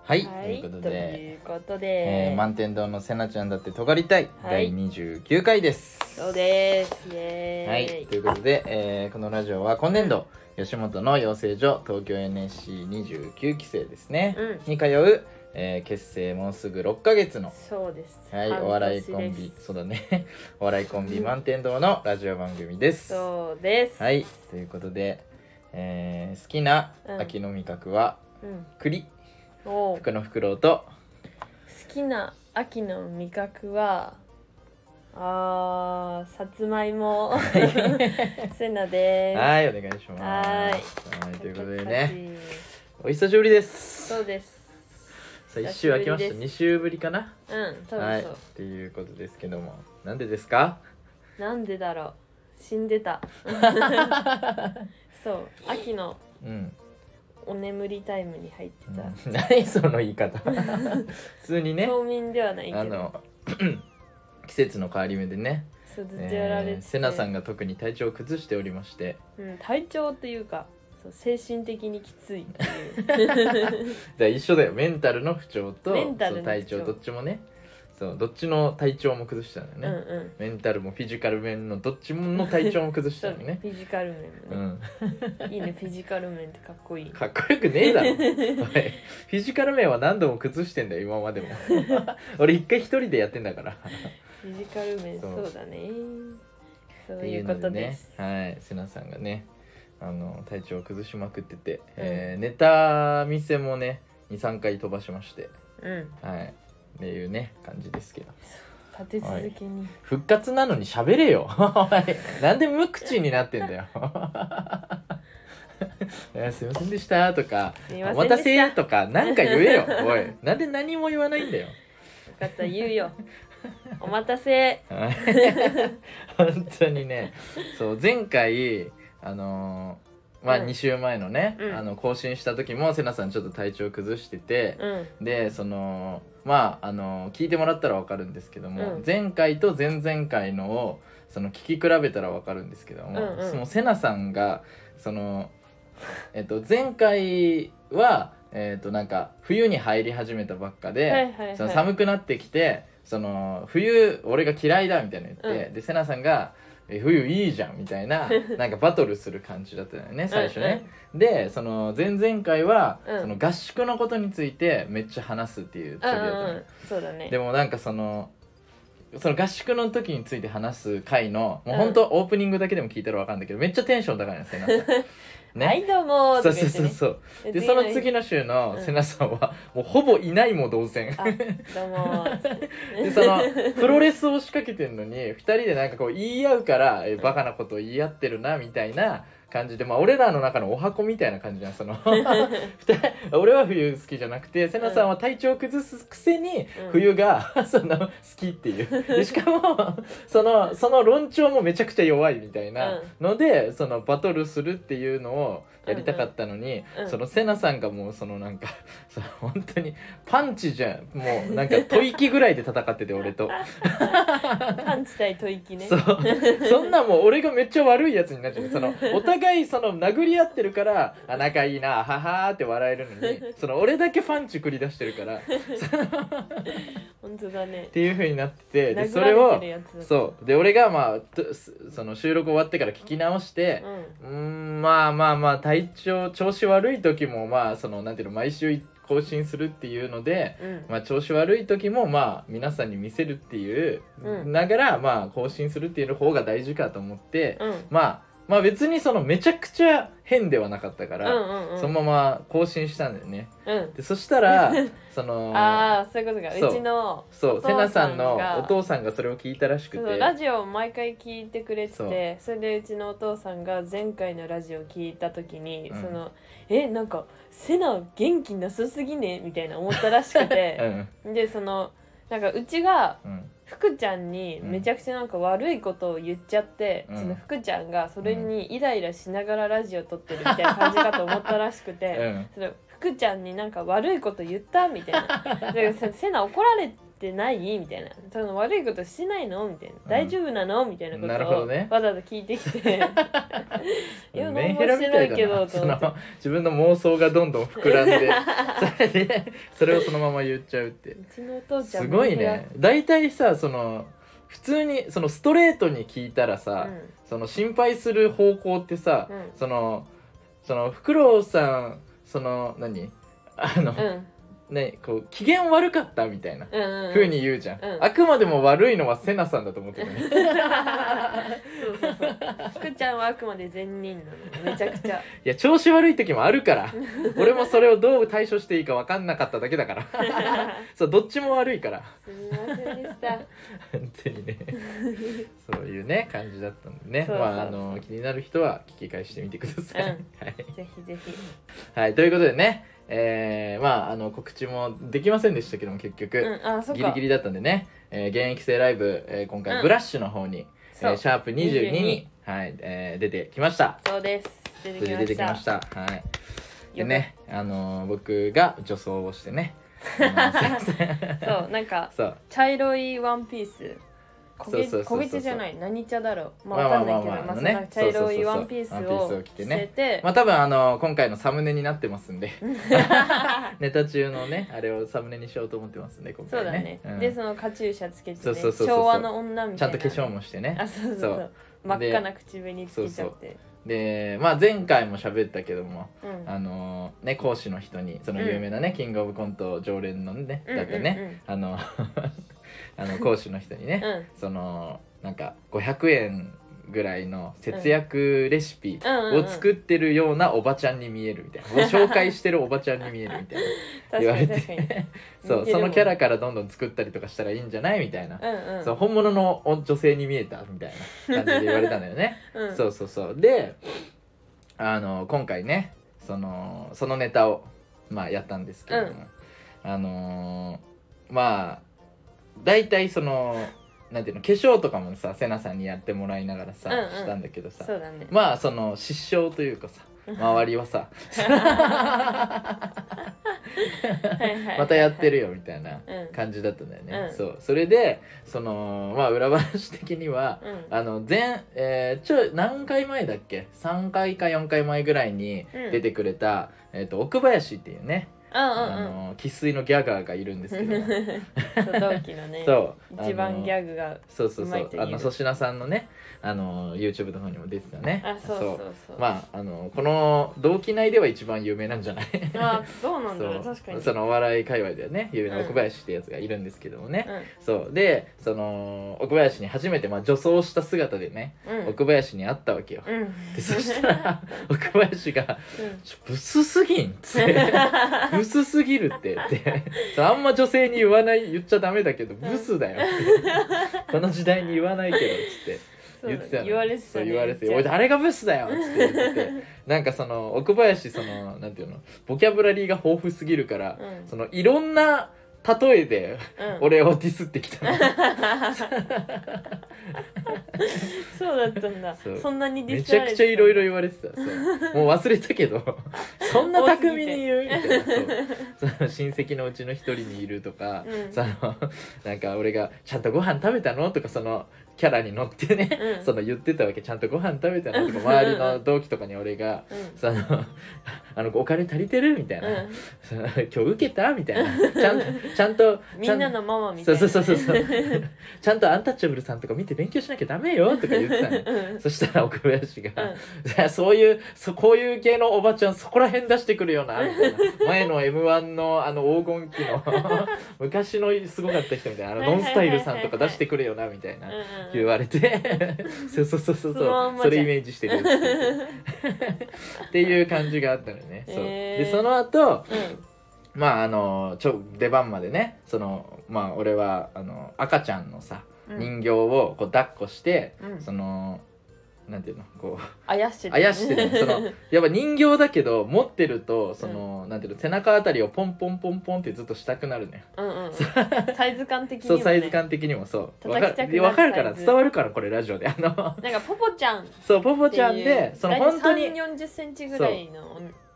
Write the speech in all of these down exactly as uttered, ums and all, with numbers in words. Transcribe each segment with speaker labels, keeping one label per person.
Speaker 1: はい、
Speaker 2: はい、
Speaker 1: ということで、
Speaker 2: ということで、
Speaker 1: えー、満天堂のせなちゃんだって尖りたい、
Speaker 2: はい、
Speaker 1: だいにじゅうきゅうかいです。
Speaker 2: そうです。イエーイ。
Speaker 1: はい、ということで、えー、このラジオは今年度、うん、吉本の養成所東京 エヌエスシーにじゅうきゅう 期生ですね、うん、に通う、えー、結成もうすぐろっかげつの、
Speaker 2: そうです、
Speaker 1: はい、お笑いコンビ、そうだねお笑いコンビ満天堂のラジオ番組です。
Speaker 2: そうです。
Speaker 1: はい、ということで、えー、好きな秋の味覚は、うん、栗、福のフクロウと。
Speaker 2: 好きな秋の味覚はあーさつまいもせなです。
Speaker 1: はい、お願いします。
Speaker 2: はい
Speaker 1: はい、ということでね、お久しぶりです。
Speaker 2: そうです。
Speaker 1: さあいっ週空きました。に週ぶりかな。
Speaker 2: うん、多分そう、はい、
Speaker 1: っていうことですけども、なんでですか？
Speaker 2: なんでだろう、死んでたそう、秋の、うんお眠りタイムに入ってた、
Speaker 1: うん、何その言い方普通にね、
Speaker 2: 冬眠ではないけど、あの
Speaker 1: 季節の変わり目でね、
Speaker 2: そうずっとやられてて、えー、
Speaker 1: セナさんが特に体調を崩しておりまして、
Speaker 2: うん、体調っていうかそう精神的にきついっていう
Speaker 1: じゃあ一緒だよ、メンタルの不調と
Speaker 2: メンタルの不調、
Speaker 1: 体調どっちもね、そうどっちの体調も崩したんだよね、うんうん、メンタルもフィジカル面のどっちの体調も崩したのね
Speaker 2: フィジカル面もね、うん、いいね、フィジカル面ってかっこいい。
Speaker 1: かっこよくねえだろフィジカル面は何度も崩してんだよ今までも俺一回一人でやってんだから
Speaker 2: フィジカル面、そうだね、そういうことです。
Speaker 1: ね、はい、せなさんがねあの体調を崩しまくってて、うん、えー、ネタ見せもね にさんかい飛ばしまして、うん、はいっていうね感じですけど、
Speaker 2: 立て続けに
Speaker 1: 復活なのに喋れよなんで無口になってんだよすいませんでしたとかお待たせとかなんか言えよおい、なんで何も言わないんだよ。
Speaker 2: 分かった、言うよお待たせ
Speaker 1: 本当にね、そう前回あのー、まあに週前のね、うん、あの更新した時もせなさんちょっと体調崩してて、うん、でそのまああのー、聞いてもらったら分かるんですけども、うん、前回と前々回のをその聞き比べたら分かるんですけども、うんうん、そのせなさんがその、えっと、前回は、えっと、なんか冬に入り始めたばっかで、はいはいはい、その寒くなってきてその冬俺が嫌いだみたいな言って、うん、でせなさんがえ冬いいじゃんみたいななんかバトルする感じだったよね最初ねうん、うん、でその前々回は、うん、その合宿のことについてめっちゃ話すっていうチョビだったの、うんうん、
Speaker 2: そうだね。
Speaker 1: でもなんかそのその合宿の時について話す回のもうほんとオープニングだけでも聞いたら分かるんだけど、めっちゃテンション高いのせなさん
Speaker 2: ね、はいどうもー、
Speaker 1: そうそうそうそうでその次の週のせなさんは、うん、もうほぼいないも同然
Speaker 2: あどうも
Speaker 1: でそのプロレスを仕掛けてんのにふたりでなんかこう言い合うからえバカなことを言い合ってるなみたいな感じで、まあ俺らの中のお箱みたいな感じじゃんその俺は冬好きじゃなくてせなさんは体調崩すくせに冬が、うん、その好きっていうでしかもそのその論調もめちゃくちゃ弱いみたいなので、うん、そのバトルするっていうのをやりたかったのに、うんうん、そのせなさんがもうそのなんかその本当にパンチじゃんもうなんか吐息ぐらいで戦ってて俺と
Speaker 2: パンチ対吐息ね。
Speaker 1: そうそんなもう俺がめっちゃ悪いやつになっちゃう。そのお互いその殴り合ってるからあ仲いいなははーって笑えるのにその俺だけパンチ繰り出してるから
Speaker 2: 本当だね
Speaker 1: っていう風になってて、でそれをそうで俺がまあその収録終わってから聞き直して、うん、うーんまあまあまあ体調調子悪い時もまあそのなんていうの毎週更新するっていうので、うんまあ、調子悪い時もまあ皆さんに見せるっていう、うん、ながらまあ更新するっていう方が大事かと思って、うん、まあまあ別にそのめちゃくちゃ変ではなかったから、うんうんうん、そのまま更新したんだよね、うん、でそしたらその
Speaker 2: ああそういうことか、うちの
Speaker 1: そうせなさんのお父さんがそれを聞いたらしくて、
Speaker 2: そうラジオを毎回聞いてくれてて、それでうちのお父さんが前回のラジオを聞いた時に、うん、そのえなんかせな元気なさすぎねみたいな思ったらしくて、うん、でそのなんかうちが、うん福ちゃんにめちゃくちゃなんか悪いことを言っちゃって、うん、その福ちゃんがそれにイライラしながらラジオ撮ってるみたいな感じかと思ったらしくて、うん、その福ちゃんになんか悪いこと言ったみたいなだからせな怒られってないみたいな、その悪いことしないのみたいな、うん、大丈夫なのみたいなこ
Speaker 1: なるほど、
Speaker 2: とを
Speaker 1: ね、
Speaker 2: わざわざ聞いてきていや面白いけどと思って、
Speaker 1: 自分の妄想がどんどん膨らんでそれでそれをそのまま言っちゃうって、
Speaker 2: うちのお父ちゃん
Speaker 1: すごいね。大体さ、その普通にそのストレートに聞いたらさ、うん、その心配する方向ってさ、うん、そのそのフクロウさんその何あの、うんね、こう機嫌悪かったみたいな風に言うじゃん、うんうん、あくまでも悪いのはセナさんだと思ってるね
Speaker 2: そうそうそう福ちゃんはあくまで善人なのめちゃくちゃい
Speaker 1: や調子悪い時もあるから俺もそれをどう対処していいか分かんなかっただけだからそうどっちも悪いから
Speaker 2: すみませんでした
Speaker 1: 本当にねそういうね感じだったんでね、そうそうそう、まあ、あの気になる人は聞き返してみてください、うんはい、
Speaker 2: ぜひぜひ
Speaker 1: はいということでねえー、まああの告知もできませんでしたけども結局、
Speaker 2: うん、あそっか
Speaker 1: ギリギリだったんでね、えー、現役生ライブ、えー、今回ブラッシュの方に、うんえー、シャープにじゅうにに、はいえー、出てきました。
Speaker 2: そうです出てきました
Speaker 1: 出てきましたはいでね、あのー、僕が女装をしてね
Speaker 2: そうなんか茶色いワンピース焦げ茶じゃない何茶だろうまあわかんないけど、まあまあ茶色いワンピースを着てて、
Speaker 1: まあ多分あの今回のサムネになってますんでネタ中のねあれをサムネにしようと思ってますんで今回ね。
Speaker 2: そうだね、うん、でそのカチューシャつけて、ね、
Speaker 1: そうそうそうそう
Speaker 2: 昭和の女みたいな、
Speaker 1: ちゃんと化粧もしてね
Speaker 2: あそうそうそう真っ赤な口紅つけちゃって、そうそう
Speaker 1: でまあ前回も喋ったけども、うん、あのね講師の人にその有名なね、うん、キングオブコント常連のねだったね、うんうんうん、あのあの講師の人にね、うん、そのなんかごひゃくえんぐらいの節約レシピを作ってるようなおばちゃんに見えるみたいな、紹介してるおばちゃんに見えるみたいな言われてそうそのキャラからどんどん作ったりとかしたらいいんじゃないみたいな、うんうん、そう本物の女性に見えたみたいな感じで言われたんだよね、うん、そうそうそうであの今回ねそのそのネタをまあやったんですけども、うん、あのー、まあ大体そのなんていうの化粧とかもさセナさんにやってもらいながらさ、うんうん、したんだけどさ、
Speaker 2: そうだね、
Speaker 1: まあその失笑というかさ周りはさまたやってるよみたいな感じだったんだよね、うん、そうそれでそのまあ裏話的には、うん、あの前、えー、ちょ何回前だっけさんかいかよんかいまえぐらいに出てくれた、うんえー、と奥林っていうね生粋のギャガーがいるんですけど
Speaker 2: そう同期のねそう一番ギャグが
Speaker 1: そうそうそうあの粗品さんのねあの YouTube の方にも出てたね
Speaker 2: あそうそうそうそう
Speaker 1: まああのこの同期内では一番有名なんじゃない
Speaker 2: あそうなんだね確かに
Speaker 1: そのお笑い界隈ではね有名な奥林ってやつがいるんですけどもね、うん、そうでその奥林に初めて、まあ、女装した姿でね、うん、奥林に会ったわけよ、うん、でそしたら奥林が「うん、ちょブスすぎん」っつってブスすぎるってってあんま女性に言わない言っちゃダメだけどブスだよってこの時代に言わないけどっつって言ってたの
Speaker 2: 言われてたね
Speaker 1: そう言われて俺誰がブスだよっつって言っててなんかその奥林そのなんていうのボキャブラリーが豊富すぎるから、うん、そのいろんな例えで俺をディスってきたの、うん、
Speaker 2: そうだったんだ そ, そんなにディ
Speaker 1: スられてためちゃくちゃいろいろ言われてたそうもう忘れたけどそんな巧みに言うみたいなそうその親戚のうちの一人にいるとか、うん、そのなんか俺がちゃんとご飯食べたのとかそのキャラに乗ってね、うん、その言ってたわけちゃんとご飯食べたのとか周りの同期とかに俺が、うん、そのあのお金足りてるみたいな、うん、今日受けたみたいなちゃんとちゃんと
Speaker 2: みんなのママみたいな、
Speaker 1: ね、そうそうそうそうちゃんとアンタッチャブルさんとか見て勉強しなきゃダメよとか言ってたの、うん、そしたら奥林が、うん、そういうそこういう系のおばちゃんそこら辺出してくるよなみたいな前の エムワン のあの黄金期の昔のすごかった人みたいなあのノンスタイルさんとか出してくるよなみたいな、うんうん言われてそうそうそうそうそうそれイメージしてるっていう感じがあったのね、そうでその後、うん、まああのちょ出番までねそのまあ俺はあの赤ちゃんのさ、うん、人形をこう抱っこして、うん、そのなんていうのこう
Speaker 2: あやして
Speaker 1: る、ね、あやしてるそのやっぱ人形だけど持ってるとその、うん、なんていうの背中あたりをポンポンポンポンってずっとしたくなるね、
Speaker 2: うんうん、サイズ感的にも、
Speaker 1: ね、そうサイズ感的にもそう分かる分かるから伝わるからこれラジオであの
Speaker 2: なんかポポちゃん
Speaker 1: そうポポちゃんでその本当に
Speaker 2: さんじゅうよんじゅっセンチぐらいの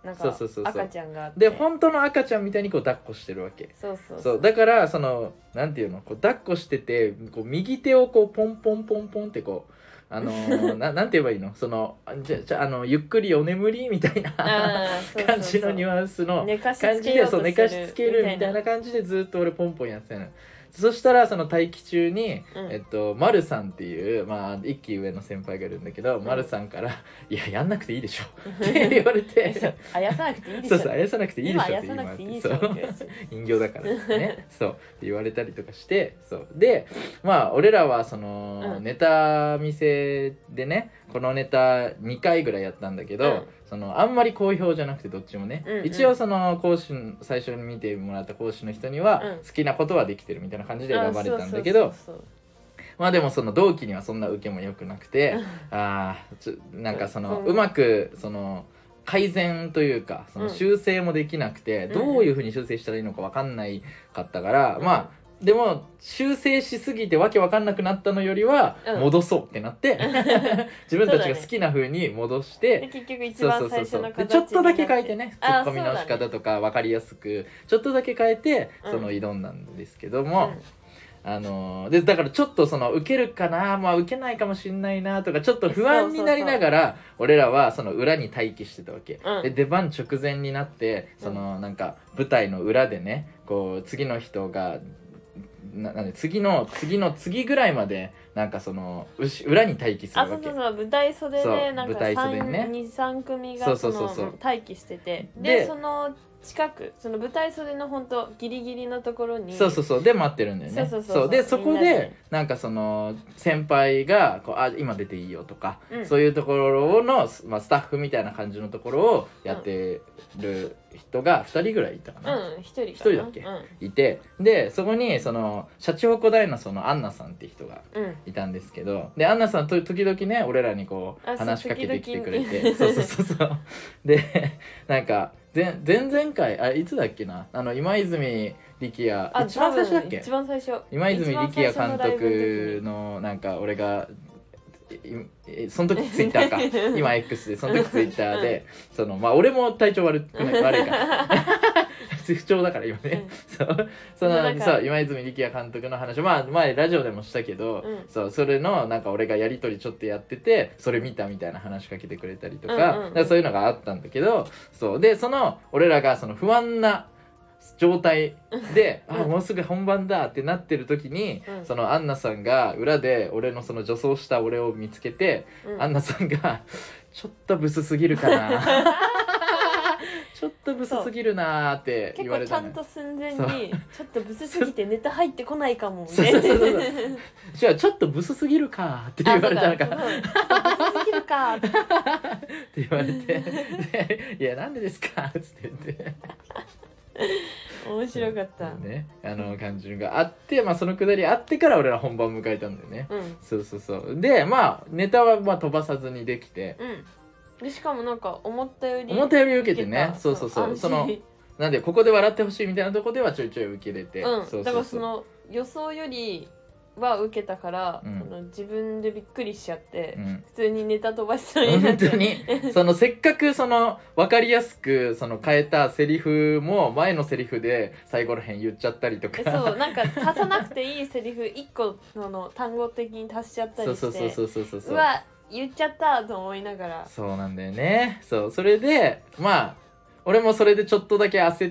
Speaker 2: なんか
Speaker 1: そうそうそうそう
Speaker 2: 赤ちゃんがあって
Speaker 1: で本当の赤ちゃんみたいにこう抱っこしてるわけ。
Speaker 2: そうそう
Speaker 1: そうだからそのなんていうのこう抱っこしててこう右手をこうポンポンポンポンってこうあのー、な, なんて言えばいいのそのじゃじゃあのゆっくりお眠りみたいな感じのニュアンスの感じでそう寝かしつけるみたいな感じでずっと俺ポンポンやってたの。そしたらその待機中に、うんえっと、丸さんっていう、まあ、一期上の先輩がいるんだけど、うん、丸さんから「いややんなくていいでしょ」って言われて
Speaker 2: あやさなくていいでしょ
Speaker 1: そうそうあやさなくていいでしょって
Speaker 2: 今あやさなくていいでしょ
Speaker 1: 人形だからねそうって言われたりとかしてそうでまあ俺らはその、うん、ネタ見せでねこのネタにかいぐらいやったんだけど、うんそのあんまり好評じゃなくてどっちもね、うんうん、一応その講師最初に見てもらった講師の人には好きなことはできてるみたいな感じで選ばれたんだけどまあでもその同期にはそんな受けも良くなくてあちょなんかそのうまくその改善というかその修正もできなくて、うん、どういうふうに修正したらいいのか分かんないかったから、うん、まあでも修正しすぎてわけわかんなくなったのよりは戻そうってなって、うん、自分たちが好きな風に戻して、
Speaker 2: ね、結局一番最初の形になって
Speaker 1: ちょっとだけ変えてねツッコミの仕方とか分かりやすくちょっとだけ変えてその挑んだんですけども、うん、あのでだからちょっとその受けるかなまあ受けないかもしんないなとかちょっと不安になりながら俺らはその裏に待機してたわけ、うん、で出番直前になってそのなんか舞台の裏でねこう次の人がななんで次の次の次ぐらいまでなんかその裏に待機するわけ。
Speaker 2: あそうそうそう舞台袖でなんかにさん組がその待機しててでその近くその舞台袖の本当ギリギリのところに
Speaker 1: そうそうそうで待ってるんだよね。そうそうそうそうでそこでなんかその先輩がこうあ今出ていいよとか、うん、そういうところの、まあ、スタッフみたいな感じのところをやってる人がふたりぐらいいたかな。
Speaker 2: うん、ひとり
Speaker 1: ひとりだっけ、うん、いてでそこにそのシャチホコ大のそのアンナさんって人がいたんですけど、うん、でアンナさんと時々ね俺らにこう話しかけてきてくれてそうそうそうそうでなんか前前々回あいつだっけなあの今泉力也一番最初だっけ
Speaker 2: 一番最初
Speaker 1: 今泉力也監督のなんか俺がその時ツイッターか今 X でその時ツイッターで、うん、そのまあ俺も体調悪くない悪いから不調だから今ね、うん、そうそのそう今泉力也監督の話まあ前ラジオでもしたけど、うん、そうそれのなんか俺がやり取りちょっとやっててそれ見たみたいな話しかけてくれたりとか、うんうんうん、だからそういうのがあったんだけどそうでその俺らがその不安な状態であもうすぐ本番だってなってる時に、うん、そのアンナさんが裏で俺のその女装した俺を見つけて、うん、アンナさんがちょっとブスすぎるかなちょっとブスすぎるなーって言われた
Speaker 2: の。結構ちゃんと寸前にちょっとブスすぎてネタ入ってこないかもね
Speaker 1: そうそうそうそうじゃあちょっとブスすぎるかって言われたのかブ
Speaker 2: スすぎるかって
Speaker 1: 言われていやなんでですかっつって言って
Speaker 2: 面白かった、
Speaker 1: ね、あの感じがあって、まあ、そのくだりあってから俺ら本番を迎えたんだよね、うん、そうそうそうでまあネタはまあ飛ばさずにできて、
Speaker 2: うん、でしかもなんか思ったより
Speaker 1: 思ったより受けてねそうそうそうそのなんでここで笑ってほしいみたいなとこではちょいちょい受けれて、
Speaker 2: うん、
Speaker 1: そうそうそう
Speaker 2: だからその予想よりは受けたから、うん、あの自分でびっくりしちゃって、うん、普通にネタ飛ばしそうになって
Speaker 1: 本当にそのせっかくその分かりやすくその変えたセリフも前のセリフで最後らへん言っちゃったりとか
Speaker 2: そうなんか足さなくていいセリフいっこの単語的に足しちゃったりして
Speaker 1: そうそうそうそうそうそう
Speaker 2: うわ言っちゃったと思いながら
Speaker 1: そうなんだよねそうそれでまあ俺もそれでちょっとだけ焦って、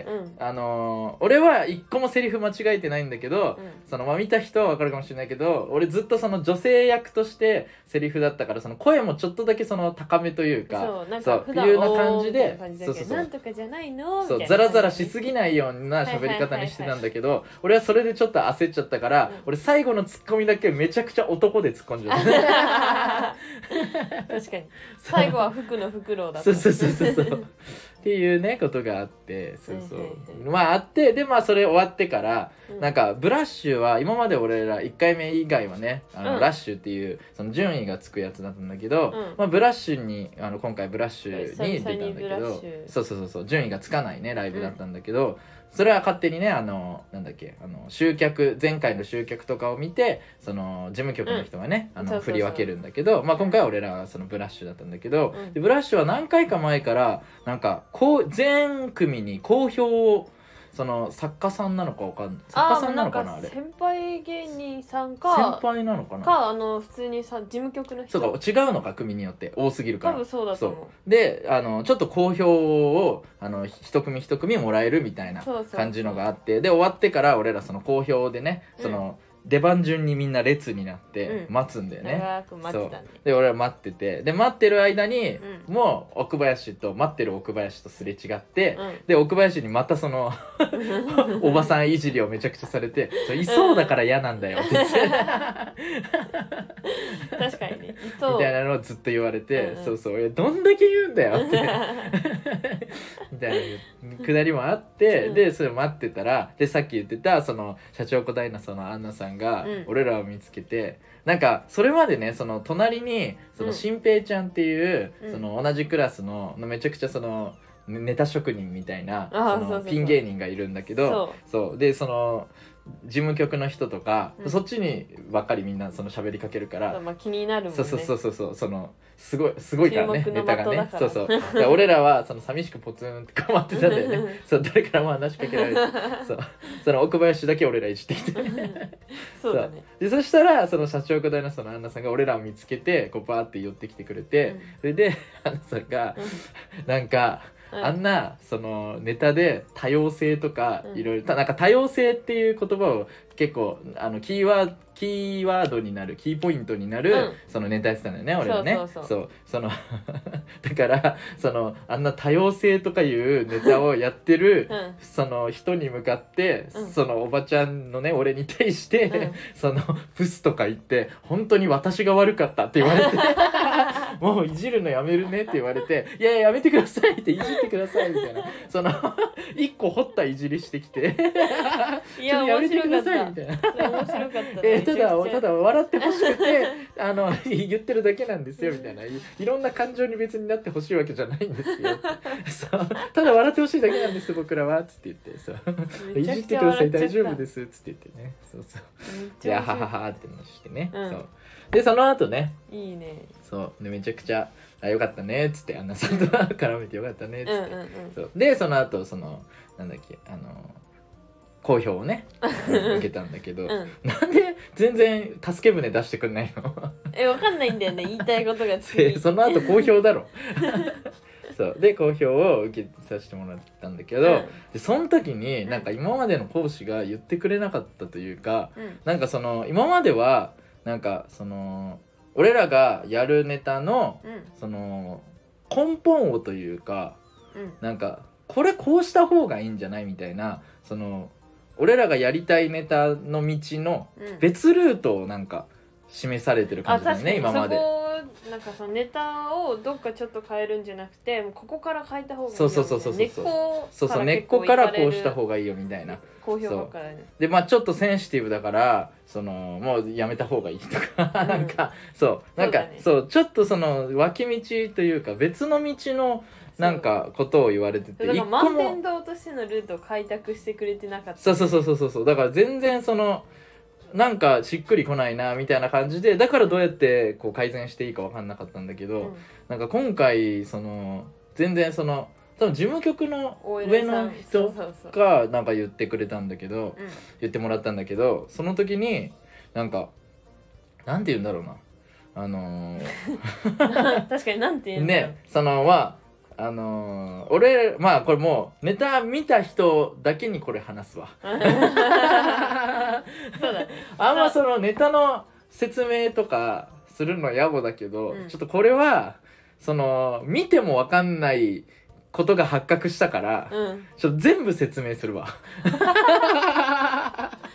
Speaker 1: うん、あのー、俺は一個もセリフ間違えてないんだけど、うん、そのまあ見た人は分かるかもしれないけど俺ずっとその女性役としてセリフだったからその声もちょっとだけその高めというか
Speaker 2: そうなんか普段
Speaker 1: いうな感じで
Speaker 2: そうそうそうなんとかじゃないの
Speaker 1: そうザラザラしすぎないような喋り方にしてたんだけど俺はそれでちょっと焦っちゃったから、うん、俺最後のツッコミだけめちゃくちゃ男で突っ込んじゃった
Speaker 2: 確かに最後は服のフクロウだった
Speaker 1: そうそうそうそうっていうねことがあって 、そうそう、まああってでまあそれ終わってから、うん、なんかブラッシュは今まで俺らいっかいめ以外はねあの、うん、ラッシュっていうその順位がつくやつだったんだけど、うん、まあ、ブラッシュにあの今回ブラッシュに出たんだけどそうそうそうそう順位がつかないねライブだったんだけど、うん、それは勝手にねあのなんだっけあの集客前回の集客とかを見てその事務局の人がね、うん、あの振り分けるんだけど、まあ、今回は俺らはそのブラッシュだったんだけど、うん、でブラッシュは何回か前からなんかこう全組に好評をその作家さんなのかわかんない作家さんなのかなあれ
Speaker 2: 先輩芸人さんか
Speaker 1: 先輩なのかな
Speaker 2: かあの普通にさ事務局の人
Speaker 1: そうか違うのか組によって多すぎるから
Speaker 2: 多分そうだと思う
Speaker 1: であのちょっと好評をあの一組一組もらえるみたいな感じのがあってで終わってから俺らその好評でねその、うん出番順にみんな列になって待つんだよね、うん、
Speaker 2: 長く待ってたね
Speaker 1: で俺は待っててで待ってる間に、うん、もう奥林と待ってる奥林とすれ違って、うん、で奥林にまたそのおばさんいじりをめちゃくちゃされていそうだから嫌なんだよって言って
Speaker 2: 確かにねいそう
Speaker 1: みたいなのをずっと言われて、うんうん、そうそうどんだけ言うんだよってみたいなくだりもあって、うん、でそれ待ってたらでさっき言ってたその社長小ダイナソーのアンナさんが俺らを見つけて、うん、なんかそれまでねその隣にその新平ちゃんっていう、うん、その同じクラスのめちゃくちゃそのネタ職人みたいなそのピン芸人がいるんだけどそうでその事務局の人とか、うん、そっちにばっかりみんなその喋りかけるから、
Speaker 2: まあ、気になるもんね
Speaker 1: そうそうそうそうそのすごいすごいからねネタがねそうそうで俺らはその寂しくポツンって困ってたんだよねそう誰からも話しかけられてそうその奥林だけ俺らいじってきて
Speaker 2: そうだね
Speaker 1: でそしたらその社長小ダイナソーのアンナさんが俺らを見つけてこうバーって寄ってきてくれて、うん、それでアンナさんが、うん、なんかあんなそのネタで多様性とかいろいろなんか多様性っていう言葉を結構あのキーワードキーワードになるキーポイントになる、うん、そのネタやってたんだよね俺はねそうそうそうそうそのだからそのあんな多様性とかいうネタをやってる、うん、その人に向かって、うん、そのおばちゃんのね俺に対して、うん、そのブスとか言って本当に私が悪かったって言われてもういじるのやめるねって言われていやいややめてくださいっていじってくださいみたいなその一個掘ったいじりしてきて
Speaker 2: いややめてください
Speaker 1: みたいな
Speaker 2: 面白かったね、
Speaker 1: えー、ただただ笑ってほしくてあの言ってるだけなんですよみたいない、いろんな感情に別になってほしいわけじゃないんですよそうただ笑ってほしいだけなんです僕らはつって言ってそういじってください大丈夫ですつって言ってねそうそういやはははって話してね、うん、そうでその後ね
Speaker 2: いいね
Speaker 1: そうでめちゃくちゃあよかったねっつってアンナさんと絡めてよかったねっつって、
Speaker 2: うんうんうん、
Speaker 1: そうでその後そのなんだっけあの好評をね受けたんだけど、うん、なんで全然助け舟出してくんないの
Speaker 2: えわかんないんだよね言いたいことが次
Speaker 1: その後好評だろそうで好評を受けさせてもらったんだけど、うん、でその時になんか今までの講師が言ってくれなかったというか、うん、なんかその今まではなんかその俺らがやるネタの、うん、その根本をというか、うん、なんかこれこうした方がいいんじゃないみたいなその俺らがやりたいネタの道の別ルートをなんか示されてる感じだよね、うん、今まで。
Speaker 2: なんかそのネタをどっかちょっと変えるんじゃなくてもうここから変えた方がいいよ
Speaker 1: そうそうそうそうそうそうそう根っこからこうした方がいいよみたいな
Speaker 2: 好評だからね
Speaker 1: でまあちょっとセンシティブだからそのもうやめた方がいいとか、うん、なんかそうなんかそう、ね、そうちょっとその脇道というか別の道のなんかことを言われてて
Speaker 2: だから満天堂としてのルートを開拓してくれてなかった、ね、
Speaker 1: そうそうそうそうそうだから全然そのなんかしっくりこないなみたいな感じでだからどうやってこう改善していいか分かんなかったんだけど、うん、なんか今回その全然その多分事務局の上の人がなんか言ってくれたんだけど、うん、言ってもらったんだけどその時になんかなんて言うんだろうなあの
Speaker 2: ー、確かになんて言うんだろう
Speaker 1: ねそのまああのー、俺まあこれもうネタ見た人だけにこれ話すわ
Speaker 2: そうだ
Speaker 1: あんまそのネタの説明とかするの野暮だけど、うん、ちょっとこれはその見ても分かんないことが発覚したから、うん、ちょっと全部説明するわ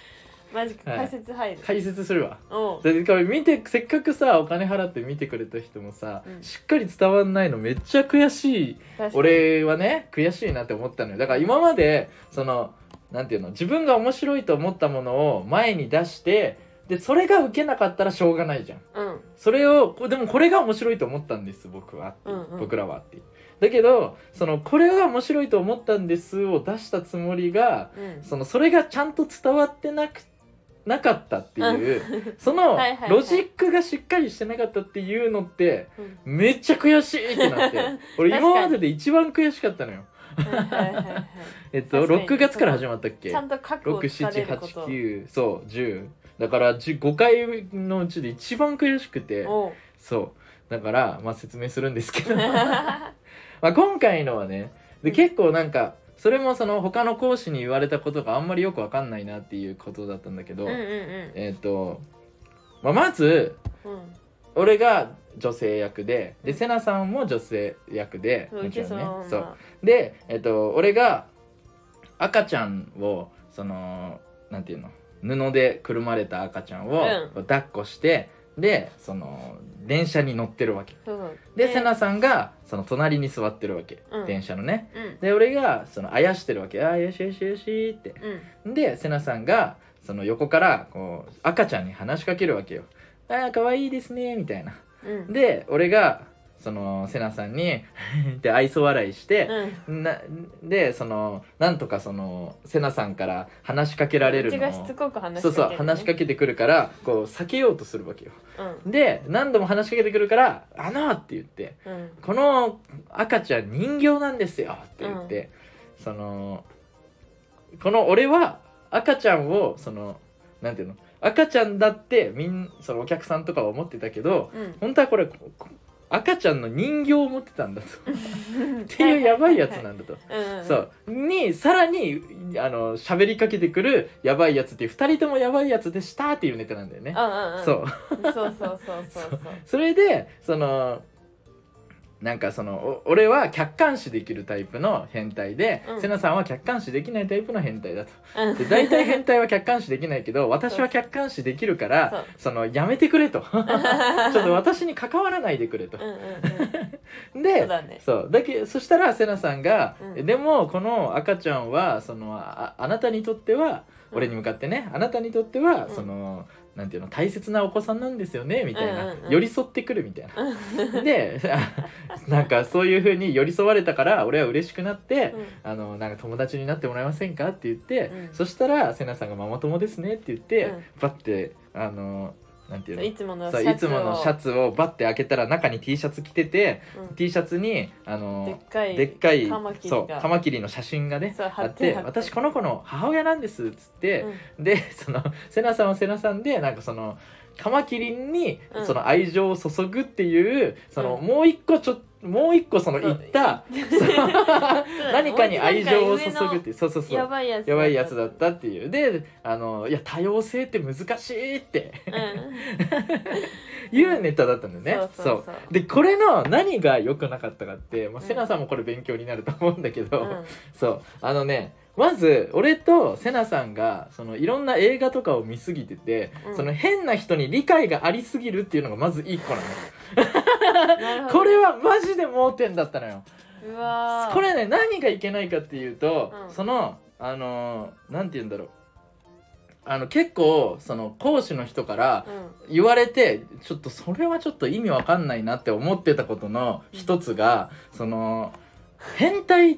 Speaker 2: マジか、
Speaker 1: はい
Speaker 2: 解説入る。
Speaker 1: 解説するわ。
Speaker 2: おう。
Speaker 1: でこれ見てせっかくさお金払って見てくれた人もさ、
Speaker 2: うん
Speaker 1: しっかり伝わんないのめっちゃ悔しい。
Speaker 2: 確かに。
Speaker 1: 俺はね悔しいなって思ったのよ。だから今までそのなんていうの自分が面白いと思ったものを前に出してでそれが受けなかったらしょうがないじゃん。
Speaker 2: うん。
Speaker 1: それをでもこれが面白いと思ったんです僕はって、
Speaker 2: うんうん、
Speaker 1: 僕らはって。だけどそのこれが面白いと思ったんですを出したつもりが、
Speaker 2: うん、
Speaker 1: そのそれがちゃんと伝わってなくなかったっていうその
Speaker 2: はいはいはい
Speaker 1: ロジックがしっかりしてなかったっていうのってめっちゃ悔しいってなって俺今までで一番悔しかったのよ。えっとろくがつから始まったっけ。
Speaker 2: ちゃんと覚悟されること。
Speaker 1: ろく、しち、はち、きゅうそうじゅうだからごかいのうちで一番悔しくて、そうだからまあ説明するんですけどまあ今回のはねで結構なんかそれもその他の講師に言われたことがあんまりよく分かんないなっていうことだったんだけど、
Speaker 2: うんうんうん、
Speaker 1: えっと、まあ、まず、
Speaker 2: うん、
Speaker 1: 俺が女性役ででセナさんも女性役でもちろんねそうで、えっと、俺が赤ちゃんをそのなんていうの布でくるまれた赤ちゃんを抱っこして、うん、でその電車に乗ってるわけ、うん、でセナさんがその隣に座ってるわけ、うん、電車のね、うん、で俺がそのあやしてるわけあよしよしよしって、うん、でセナさんがその横からこう赤ちゃんに話しかけるわけよ。あーかわいいですねみたいな、うん、で俺がそのセナさんにって愛想笑いして、うん、なでそのなんとかそのセナさんから話しかけられるのを
Speaker 2: うちがしつこく話しかける、ね、
Speaker 1: そうそう話しかけてくるからこう避けようとするわけよ、うん、で何度も話しかけてくるから「あの!」って言って、うん、この赤ちゃん人形なんですよって言って、うん、そのこの俺は赤ちゃんをそのなんていうの赤ちゃんだってみんそのお客さんとかは思ってたけど、うん、本当はこれ赤ちゃんの人形を持ってたんだとっていうやばいやつなんだとそうにさらにあの喋りかけてくるやばいやつっていうふたりともやばいやつでしたっていうネタなんだよね。そう
Speaker 2: そうそうそうそう
Speaker 1: それでそのなんかその俺は客観視できるタイプの変態で、うん、セナさんは客観視できないタイプの変態だと、うん、で大体変態は客観視できないけど私は客観視できるからそのやめてくれとちょっと私に関わらないでくれとで そうだ、ね、そうだけそしたらセナさんが、うん、でもこの赤ちゃんはその あ, あなたにとっては俺に向かってね、うん、あなたにとっては、うん、そのなんていうの大切なお子さんなんですよねみたいな、うんうんうん、寄り添ってくるみたいなでなんかそういう風に寄り添われたから俺は嬉しくなって、うん、あのなんか友達になってもらえませんかって言って、うん、そしたらセナさんがママ友ですねって言って、うん、バッてあのなんていうの
Speaker 2: いつもの
Speaker 1: シャツをいつものシャツをバッて開けたら中に T シャツ着てて、うん、T シャツにあの
Speaker 2: でっかい
Speaker 1: でっかい
Speaker 2: カマキリ
Speaker 1: そうカマキリの写真がねあって私この子の母親なんですっつって、うん、でそのセナさんはセナさんでなんかそのカマキリにその愛情を注ぐっていう、うん、そのもう一個ちょっともう一個その言った何かに愛情を注ぐっていうそうそうそう
Speaker 2: やばいやつ
Speaker 1: やばいやつだったっていうであのいや多様性って難しいって、うん、いうネタだったんだよね、うん、そうそうそうでこれの何が良くなかったかって、まあ、セナさんもこれ勉強になると思うんだけど、うん、そうあのねまず俺とセナさんがそのいろんな映画とかを見すぎてて、うん、その変な人に理解がありすぎるっていうのがまずいっこなのこれはマジで盲点だったのよ。
Speaker 2: うわ
Speaker 1: これね何がいけないかっていうと、うん、そのあのなんて言うんだろうあの結構その講師の人から言われて、うん、ちょっとそれはちょっと意味わかんないなって思ってたことの一つが、うん、その変態って、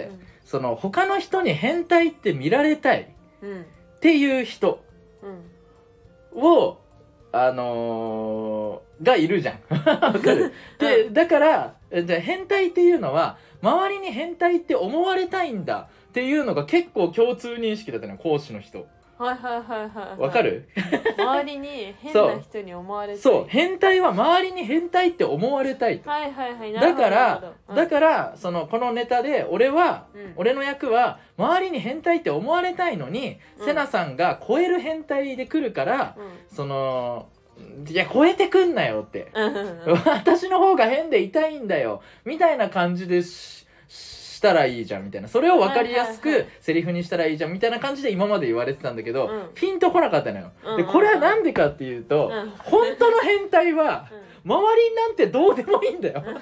Speaker 1: うんその他の人に変態って見られたいっていう人を、うん、あのー、がいるじゃんわかるでだからじゃ変態っていうのは周りに変態って思われたいんだっていうのが結構共通認識だったのよ講師の人。
Speaker 2: はいはいはいはい、
Speaker 1: わかる
Speaker 2: 周りに変な人に思われたい
Speaker 1: そう変態は周りに変態って思われたいと
Speaker 2: はいはいはい
Speaker 1: だから、うん、だからそのこのネタで俺は、うん、俺の役は周りに変態って思われたいのに、うん、セナさんが超える変態で来るから、うん、そのいや超えてくんなよって、うん、私の方が変でいたいんだよみたいな感じでししたらいいじゃんみたいな、それを分かりやすく
Speaker 2: はいはいはい
Speaker 1: セリフにしたらいいじゃんみたいな感じで今まで言われてたんだけど、
Speaker 2: うん、
Speaker 1: ピンとこなかったのよ、
Speaker 2: うんうんうん、
Speaker 1: でこれはなんでかっていうと、うん、本当の変態は、うん周りなんてどうでもいいんだよこれ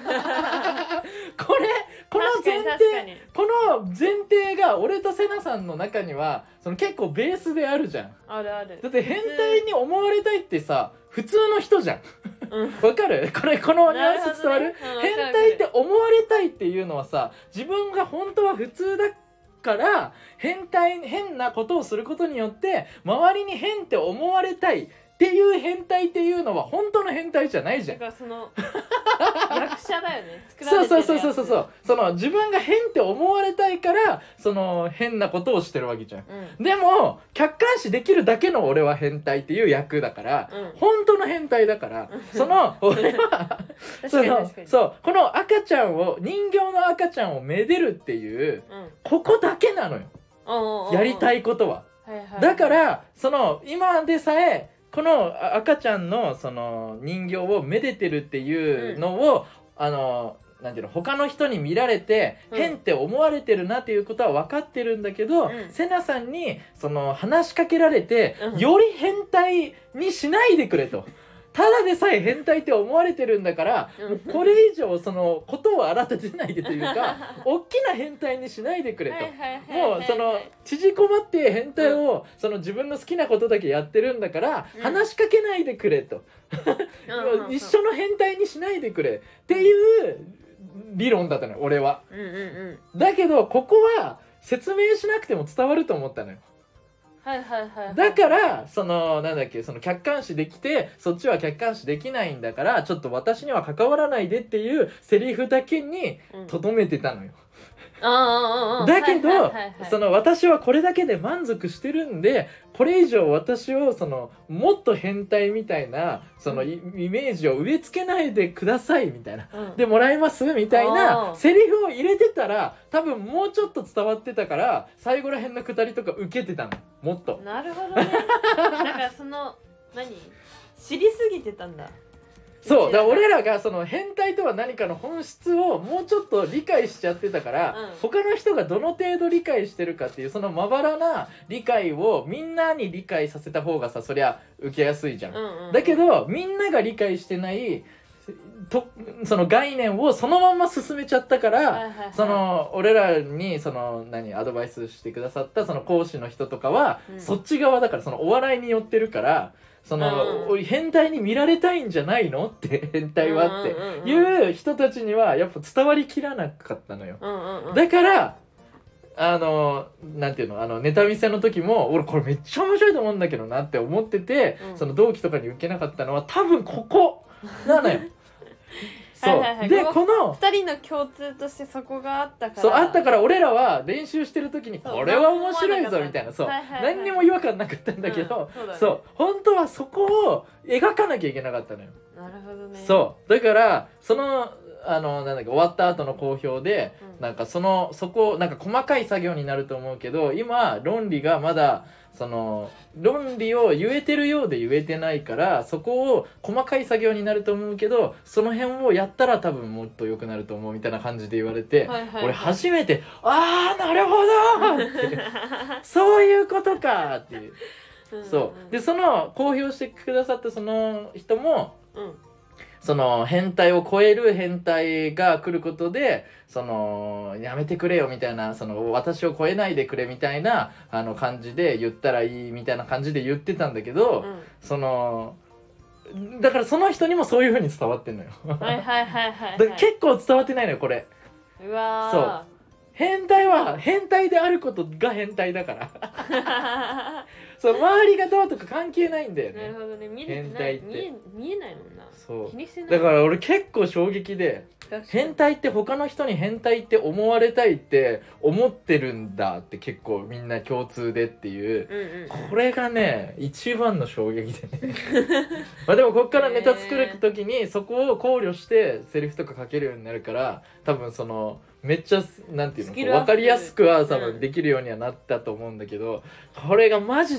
Speaker 1: この前提この前提が俺とセナさんの中にはその結構ベースであるじゃん。
Speaker 2: あるある。
Speaker 1: だって変態に思われたいってさ普通の人じゃんわ、うん、かるこれこのニュアンス伝わる、ねうん、変態って思われたいっていうのはさ自分が本当は普通だから変態変なことをすることによって周りに変って思われたいっていう変態っていうのは本当の変態じゃないじゃん。
Speaker 2: だからその役者だよね。作られてるやつ。
Speaker 1: そうそうそうそうそうその自分が変って思われたいからその変なことをしてるわけじゃん、うん、でも客観視できるだけの俺は変態っていう役だから、うん、本当の変態だからその俺はそのそうこの赤ちゃんを人形の赤ちゃんをめでるっていう、うん、ここだけなのよ、うん、やりたいことは、はいはいはい、だからその今でさえこの赤ちゃんのその人形をめでてるっていうのを、うん、あのなんていうの他の人に見られて変って思われてるなっていうことは分かってるんだけど、うん、セナさんにその話しかけられて、うん、より変態にしないでくれと。ただでさえ変態って思われてるんだから、うん、もうこれ以上そのことを荒立てないでというか大きな変態にしないでくれと、もうその縮こまって変態を、うん、その自分の好きなことだけやってるんだから、うん、話しかけないでくれと一緒の変態にしないでくれっていう理論だったのよ俺は、うんうんうん、だけどここは説明しなくても伝わると思ったのよ。
Speaker 2: はいはいはいはい、
Speaker 1: だからそのなんだっけその客観視できてそっちは客観視できないんだからちょっと私には関わらないでっていうセリフだけにとどめてたのよ、うん、だけど、はいはいはいはい、その私はこれだけで満足してるんでこれ以上私をそのもっと変態みたいなそのイメージを植え付けないでくださいみたいな、うん、でもらえますみたいなセリフを入れてたら多分もうちょっと伝わってたから最後らへんのくだりとか受けてたのもっと。
Speaker 2: なるほどねだからその何知りすぎてたんだ。
Speaker 1: そうだから俺らがその変態とは何かの本質をもうちょっと理解しちゃってたから、うん、他の人がどの程度理解してるかっていうそのまばらな理解をみんなに理解させた方がさそりゃ受けやすいじゃん、うんうんうん、だけどみんなが理解してないとその概念をそのまま進めちゃったから、はいはいはい、その俺らにその何アドバイスしてくださったその講師の人とかは、うん、そっち側だからそのお笑いに寄ってるからその、うん、変態に見られたいんじゃないのって変態はっていう人たちにはやっぱ伝わりきらなかったのよ、うんうんうん、だからあのなんていうのあのネタ見せの時も俺これめっちゃ面白いと思うんだけどなって思ってて、うん、その同期とかに受けなかったのは多分ここなのよそう、はいはいはい、でこの
Speaker 2: ふたりの共通としてそこがあったから
Speaker 1: そうあったから俺らは練習してる時にこれは面白いぞみたいなそう、はいはいはい、何にも違和感なかったんだけど、うん そうだね、そう本当はそこを描かなきゃいけなかったのよ。
Speaker 2: なるほどね。
Speaker 1: そうだからそのあのなんだっけ終わった後の好評で、うん、なんかそのそこなんか細かい作業になると思うけど今論理がまだその論理を言えてるようで言えてないからそこを細かい作業になると思うけどその辺をやったら多分もっと良くなると思うみたいな感じで言われて、はいはいはい、俺初めてあーなるほどってそういうことかっていうそうでその公表してくださったその人も、うんその変態を超える変態が来ることでそのやめてくれよみたいなその私を超えないでくれみたいなあの感じで言ったらいいみたいな感じで言ってたんだけど、うん、そのだからその人にもそういう風に伝わってんのよ
Speaker 2: はいはいはいはい、
Speaker 1: だから結構伝わってないのよこれ。
Speaker 2: うわ
Speaker 1: そう変態は変態であることが変態だからそう周りがどうとか関係ないんだよね。
Speaker 2: なるほどね。見変態って見え、見えないもんな。
Speaker 1: そう
Speaker 2: 気にしてない。
Speaker 1: だから俺結構衝撃で変態って他の人に変態って思われたいって思ってるんだって結構みんな共通でっていう、うんうん、これがね一番の衝撃でねまあでもこっからネタ作る時にそこを考慮してセリフとか書けるようになるから多分そのめっちゃなんていうの分かりやすくは多分できるようにはなったと思うんだけど、これがマジで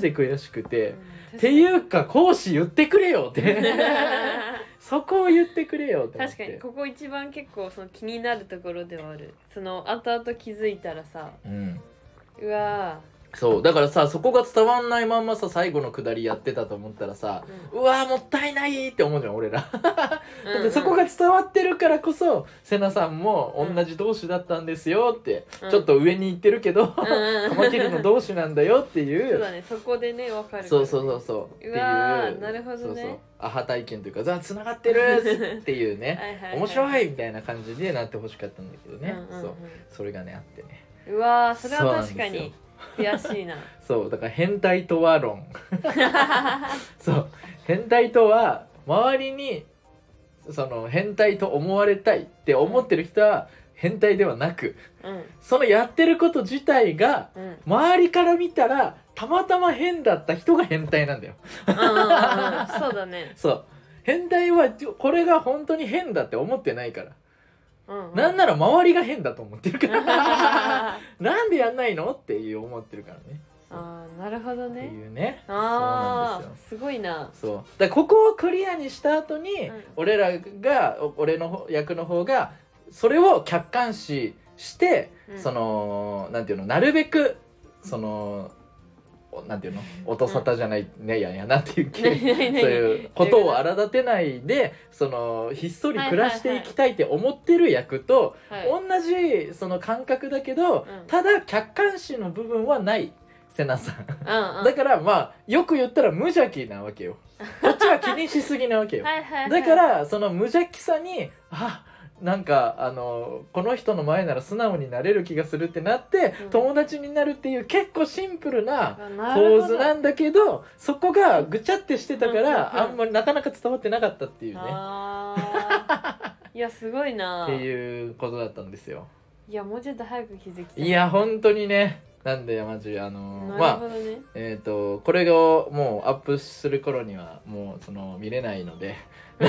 Speaker 1: て悔しくて、うん、っていうか講師言ってくれよってそこを言ってくれよって思って。
Speaker 2: 確かにここ一番結構その気になるところではある。その後々気づいたらさ、うん、うわー
Speaker 1: そうだからさ、そこが伝わんないまんまさ最後のくだりやってたと思ったらさ、うん、うわーもったいないって思うじゃん俺らだってそこが伝わってるからこそセナさんも同じ同士だったんですよって、うん、ちょっと上に行ってるけど、うん、カマキリの同士なんだよっていう
Speaker 2: そうだね、そこでね分かる、ね、
Speaker 1: そうそうそうそうっていう、
Speaker 2: うわーなるほどね、
Speaker 1: そうそうアハ体験というかザつながってるっていうねはいはい、はい、面白いみたいな感じでなってほしかったんだけどね、うんうんうん、そうそれがねあってね、
Speaker 2: うわーそれは確かに悔しいな
Speaker 1: そうだから変態とは論そう変態とは周りにその変態と思われたいって思ってる人は変態ではなく、うん、そのやってること自体が、うん、周りから見たらたまたま変だった人が変態なんだよ
Speaker 2: うんうん、うん、そうだね
Speaker 1: そう変態はこれが本当に変だって思ってないから、うんうん、なんなら周りが変だと思ってるからなんでやんないのっていう思ってるからね。
Speaker 2: ああなるほどね
Speaker 1: っていうね。
Speaker 2: ああ す, すごいな。
Speaker 1: そうだここをクリアにした後に、うん、俺らが俺の役の方がそれを客観視して、うん、そのなんていうのなるべくそのなんていうの音沙汰じゃない、うん、ねやんやなっていうそういうことを荒立てないでそのひっそり暮らしていきたいって思ってる役と、はいはいはい、同じその感覚だけど、うん、ただ客観視の部分はないセナさん、うんうん、だからまあよく言ったら無邪気なわけよこっちは気にしすぎなわけよはいはい、はい、だからその無邪気さにあなんかあのこの人の前なら素直になれる気がするってなって、うん、友達になるっていう結構シンプルな構図なんだけどそこがぐちゃってしてたから、うん、あんまりなかなか伝わってなかったっていうね
Speaker 2: あいやすごいな
Speaker 1: っていうことだったんですよ。
Speaker 2: いやもうちょっと早く気づきたい。
Speaker 1: いや本当にねなんでマジあのー、まあえっ、ー、とこれをもうアップする頃にはもうその見れないので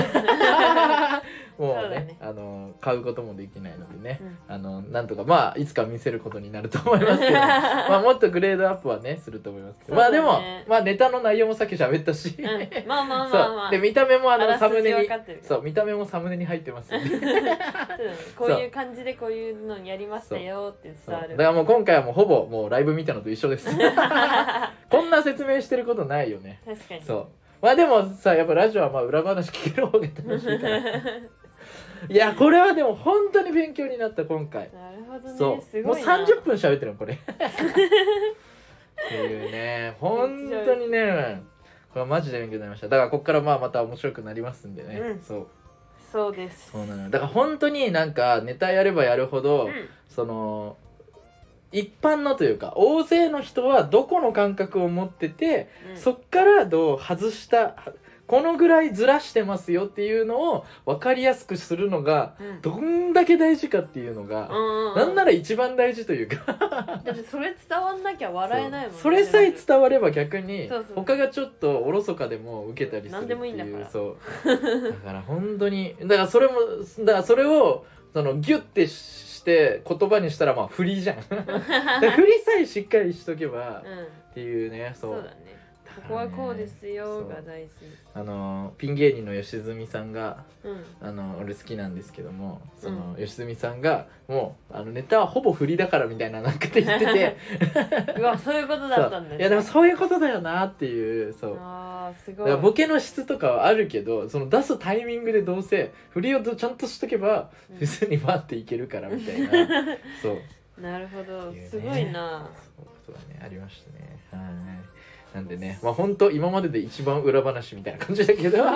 Speaker 1: もう ね, うねあの買うこともできないのでね、うん、あのなんとかまあいつか見せることになると思いますけどまあもっとグレードアップはねすると思いますけど、ね、まあでもまあネタの内容もさっき喋ったし、うん、まあまあまあまあで見た目もあのサムネにそう見た目もサムネに入ってますんで
Speaker 2: こういう感じでこういうのやりましたよって伝わる。
Speaker 1: だからもう今回はもうほぼもうライブ見たのと一緒ですこんな説明してることないよね。
Speaker 2: 確かに
Speaker 1: そうまあでもさやっぱラジオはまあ裏話聞ける方が楽しいからいやこれはでも本当に勉強になった今回。
Speaker 2: なるほどね。
Speaker 1: そう
Speaker 2: すごいな。
Speaker 1: もうさんじゅっぷん喋ってるのこれっていうね本当にねこれはマジで勉強になりました。だからここからまあまた面白くなりますんでね、うん、そう
Speaker 2: そうです
Speaker 1: そうなの。だから本当になんかネタやればやるほど、うん、その一般のというか大勢の人はどこの感覚を持ってて、うん、そっからどう外したこのぐらいずらしてますよっていうのを分かりやすくするのがどんだけ大事かっていうのが、うん、なんなら一番大事というか
Speaker 2: だってそれ伝わんなきゃ笑えないもんね。
Speaker 1: そ, それさえ伝われば逆に他がちょっとおろそかでも受けたりするっていう。何でもいいんだから。そうだから本当にだからそれもだからそれをそのギュッてして言葉にしたらまあ振りじゃん振りさえしっかりしとけば、うん、っていうね。そう、
Speaker 2: そうだね。ここはこうですよが大事。
Speaker 1: あのピン芸人の吉住さんが、うん、あの俺好きなんですけどもその、うん、吉住さんがもうあのネタはほぼ振りだからみたいななんかって言ってて
Speaker 2: うわそういうことだったんだね。
Speaker 1: いやでもそういうことだよなっていう。そう
Speaker 2: あすごい。
Speaker 1: だからボケの質とかはあるけどその出すタイミングでどうせ振りをちゃんとしとけば普通に待っていけるからみたいな、うん、そう
Speaker 2: なるほど、ね、すごいな。
Speaker 1: そういうことがねありましたね。はいなんでね、まあ本当今までで一番裏話みたいな感じだけどうんうん、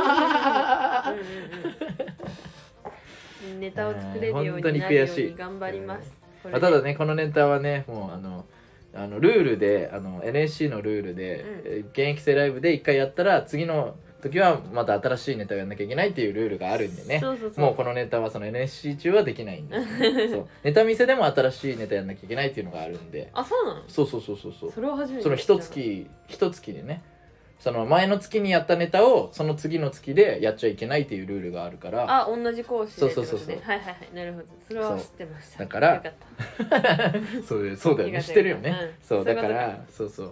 Speaker 2: うん、ネタを作れるようになるように頑張ります。
Speaker 1: まあ、ただねこのネタはねもうあのあのルールであの エヌエスシー のルールで、うん、現役生ライブで一回やったら次の時はまた新しいネタをやんなきゃいけないっていうルールがあるんでね。
Speaker 2: そうそうそう
Speaker 1: もうこのネタはその エヌエスシー 中はできないんでそうネタ見せでも新しいネタやんなきゃいけないっていうのがあるんで。
Speaker 2: あそうなの。そう
Speaker 1: そうそうそうそう。
Speaker 2: それは初めて。
Speaker 1: その一月一月でねその前の月にやったネタをその次の月でやっちゃいけないっていうルールがあるから。
Speaker 2: あ同じ講師で、ね、
Speaker 1: そうそうそうそう。
Speaker 2: はいはいはいなるほど。それは知ってました。
Speaker 1: だからそうそうだよね知ってるよね、うん、そうだからそうそう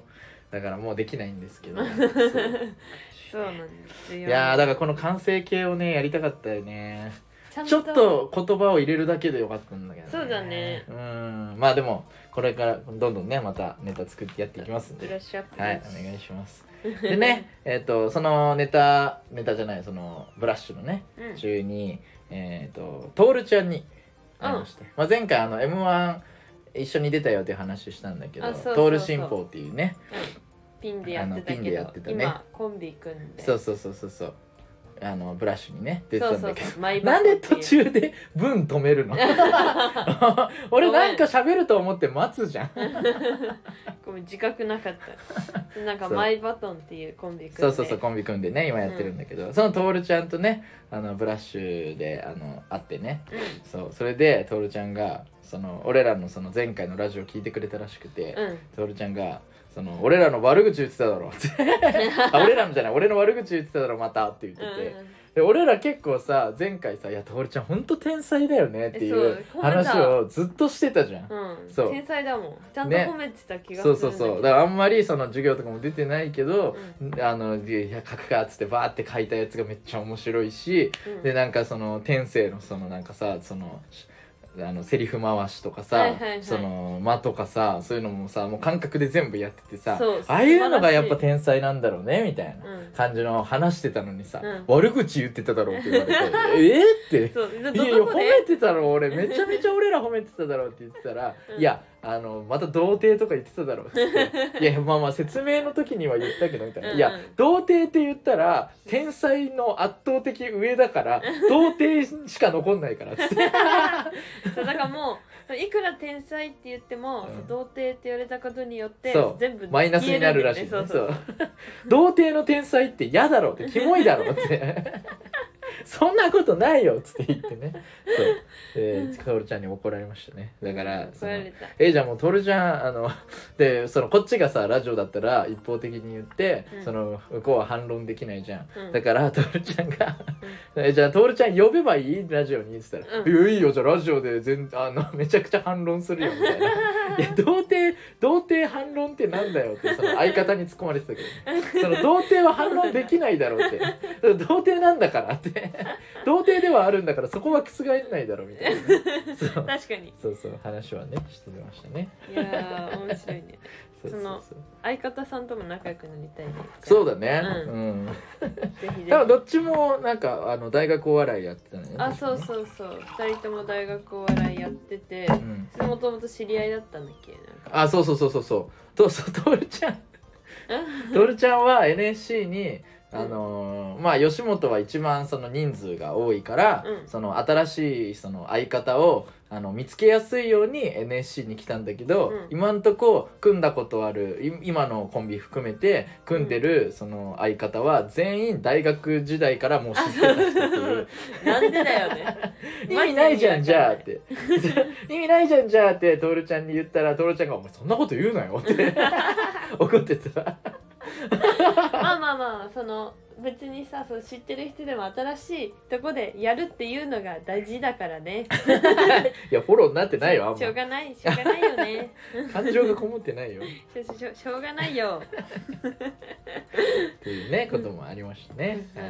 Speaker 1: だからもうできないんですけどそう
Speaker 2: そうなんですよ。
Speaker 1: いやだからこの完成形をねやりたかったよね。ち, ちょっと言葉を入れるだけでよかったんだけどね。
Speaker 2: そうだね。
Speaker 1: うんまあでもこれからどんどんねまたネタ作ってやっていきますんで
Speaker 2: ブラッシュアップ
Speaker 1: はいお願いしますでねえっ、ー、とそのネタネタじゃないそのブラッシュのね、うん、中にえっ、ー、とトールちゃんに会いました、うんまあ、前回あの エムワン 一緒に出たよっていう話したんだけどトール新報っていうね、うん、
Speaker 2: ピンでやってたけどピンでやってた、ね、今コンビ組んで
Speaker 1: そうそうそうそうそうあのブラッシュにね出てたんだけどなんで途中で文止めるの俺なんか喋ると思って待つじゃん
Speaker 2: ごめん自覚なかったなんかマイバトンっていうコンビ組んで
Speaker 1: そうそうそうコンビ組んでね今やってるんだけど、うん、そのトールちゃんとねあのブラッシュであの会ってね、うん、そうそれでトールちゃんがその俺らのその前回のラジオ聞いてくれたらしくて、うん、トールちゃんがその俺らの悪口言ってただろってあ俺らのじゃない俺の悪口言ってただろまたって言ってて、うん、で俺ら結構さ前回さ「いや徹ちゃんほんと天才だよね」っていう話をずっとしてたじゃん、
Speaker 2: うん、そう天才だもんちゃんと褒めてた気がする、ね、
Speaker 1: そうそうそうだからあんまりその授業とかも出てないけど、うん、あのいや書くかっつってバーって書いたやつがめっちゃ面白いし、うん、でなんかその天性のそのなんかさそのあのセリフ回しとかさ、はいはいはい、その間とかさそういうのもさもう感覚で全部やっててさああいうのがやっぱ天才なんだろうねみたいな感じの話してたのにさ、うん、悪口言ってただろうって言われてえー、っていやいや褒めてたろ俺めちゃめちゃ俺ら褒めてただろうって言ってたら、うん、いやあのまた童貞とか言ってただろうっていやまあまあ説明の時には言ったけどみたいな、うんうん、いや童貞って言ったら天才の圧倒的上だから童貞しか残んないからって
Speaker 2: そうだからもういくら天才って言っても、うん、童貞って言われたことによって全部
Speaker 1: マイナスになるらしい、ね、そうそう童貞の天才って嫌だろってキモいだろってそんなことないよっつって言ってねそうでトールちゃんに怒られましたねだから
Speaker 2: 怒られた
Speaker 1: えじゃあもうトールちゃんあのでそのこっちがさラジオだったら一方的に言って、うん、その向こうは反論できないじゃん、うん、だからトールちゃんが、うん、えじゃあトールちゃん呼べばいいラジオにって言ったら、うん、いやいいよじゃあラジオで全あのめちゃくちゃ反論するよみたいないや童貞童貞反論ってなんだよってその相方に突っ込まれてたけどその童貞は反論できないだろうって童貞なんだからって童貞ではあるんだからそこは覆らないだろうみたいな、ね、
Speaker 2: そう確かに
Speaker 1: そうそう話はねしてましたね
Speaker 2: いやー面白いねその相方さんとも仲良くなりたいね
Speaker 1: そうだねうん、うん、ぜひぜひ多分どっちもなんかあの大学お笑いやってたね
Speaker 2: あそうそうそうふたりとも大学お笑いやっててもともと知り合いだったんだっけなんか
Speaker 1: あそうそうそうそうそうとそうトールちゃんトールちゃんは エヌエスシー にあのー、まあ吉本は一番その人数が多いから、うん、その新しいその相方をあの見つけやすいように エヌエスシー に来たんだけど、うん、今んとこ組んだことある今のコンビ含めて組んでるその相方は全員大学時代からもう知ってた人っていう
Speaker 2: なんでだよね
Speaker 1: 意味ないじゃんじゃあって意味ないじゃんじゃあってトールちゃんに言ったらトールちゃんが「お前そんなこと言うなよ」って怒ってた
Speaker 2: まあまあまあその別にさそう知ってる人でも新しいとこでやるっていうのが大事だからね
Speaker 1: いやフォローになってないよあんま
Speaker 2: しょうがないしょうがないよね
Speaker 1: 感情がこもってないよ
Speaker 2: しょしょしょうがないよ
Speaker 1: っていうねこともありましたね、
Speaker 2: うん、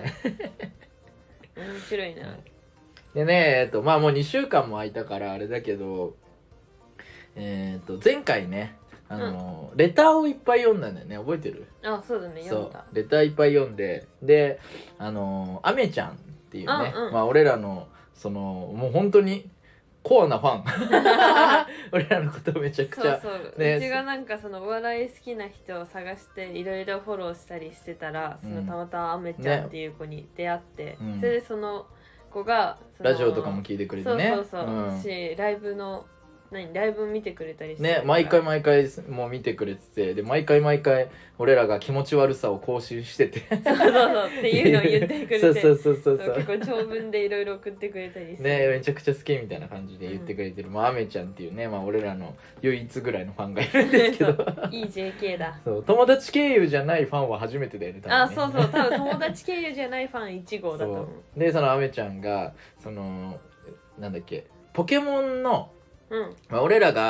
Speaker 2: 面白いな
Speaker 1: でねえっとまあもうにしゅうかんも空いたからあれだけどえっと前回ねあの、うん、レターをいっぱい読んだんだよね覚えてる？
Speaker 2: あそうだね読んだ
Speaker 1: レターいっぱい読んでであのアメちゃんっていうね、うんうん、まあ俺らのそのもう本当にコアなファン俺らのことめちゃくちゃ
Speaker 2: そうそう、ね、うちがなんかそのお笑い好きな人を探していろいろフォローしたりしてたら、うん、そのたまたまアメちゃんっていう子に出会って、ね、それでその子がその
Speaker 1: ラジオとかも聞いてくれてね
Speaker 2: そうそうそう、うん、しライブの何ライブ見てくれたりして
Speaker 1: ね毎回毎回もう見てくれててで毎回毎回俺らが気持ち悪さを更新してて
Speaker 2: そうそうそうっていうのを言ってくれて
Speaker 1: そうそうそうそうそう
Speaker 2: 結構長文でいろいろ送ってくれたりして
Speaker 1: ねめちゃくちゃ好きみたいな感じで言ってくれてる、うん、まあアメちゃんっていうねまあ俺らの唯一ぐらいのファンがいるんですけど
Speaker 2: いい ジェーケー だ
Speaker 1: そう友達経由じゃないファンは初めてだよね多分ね
Speaker 2: あそうそう多分友達経由じゃないファンいち号だと思う
Speaker 1: でそのアメちゃんがそのなんだっけポケモンのうんまあ、俺らが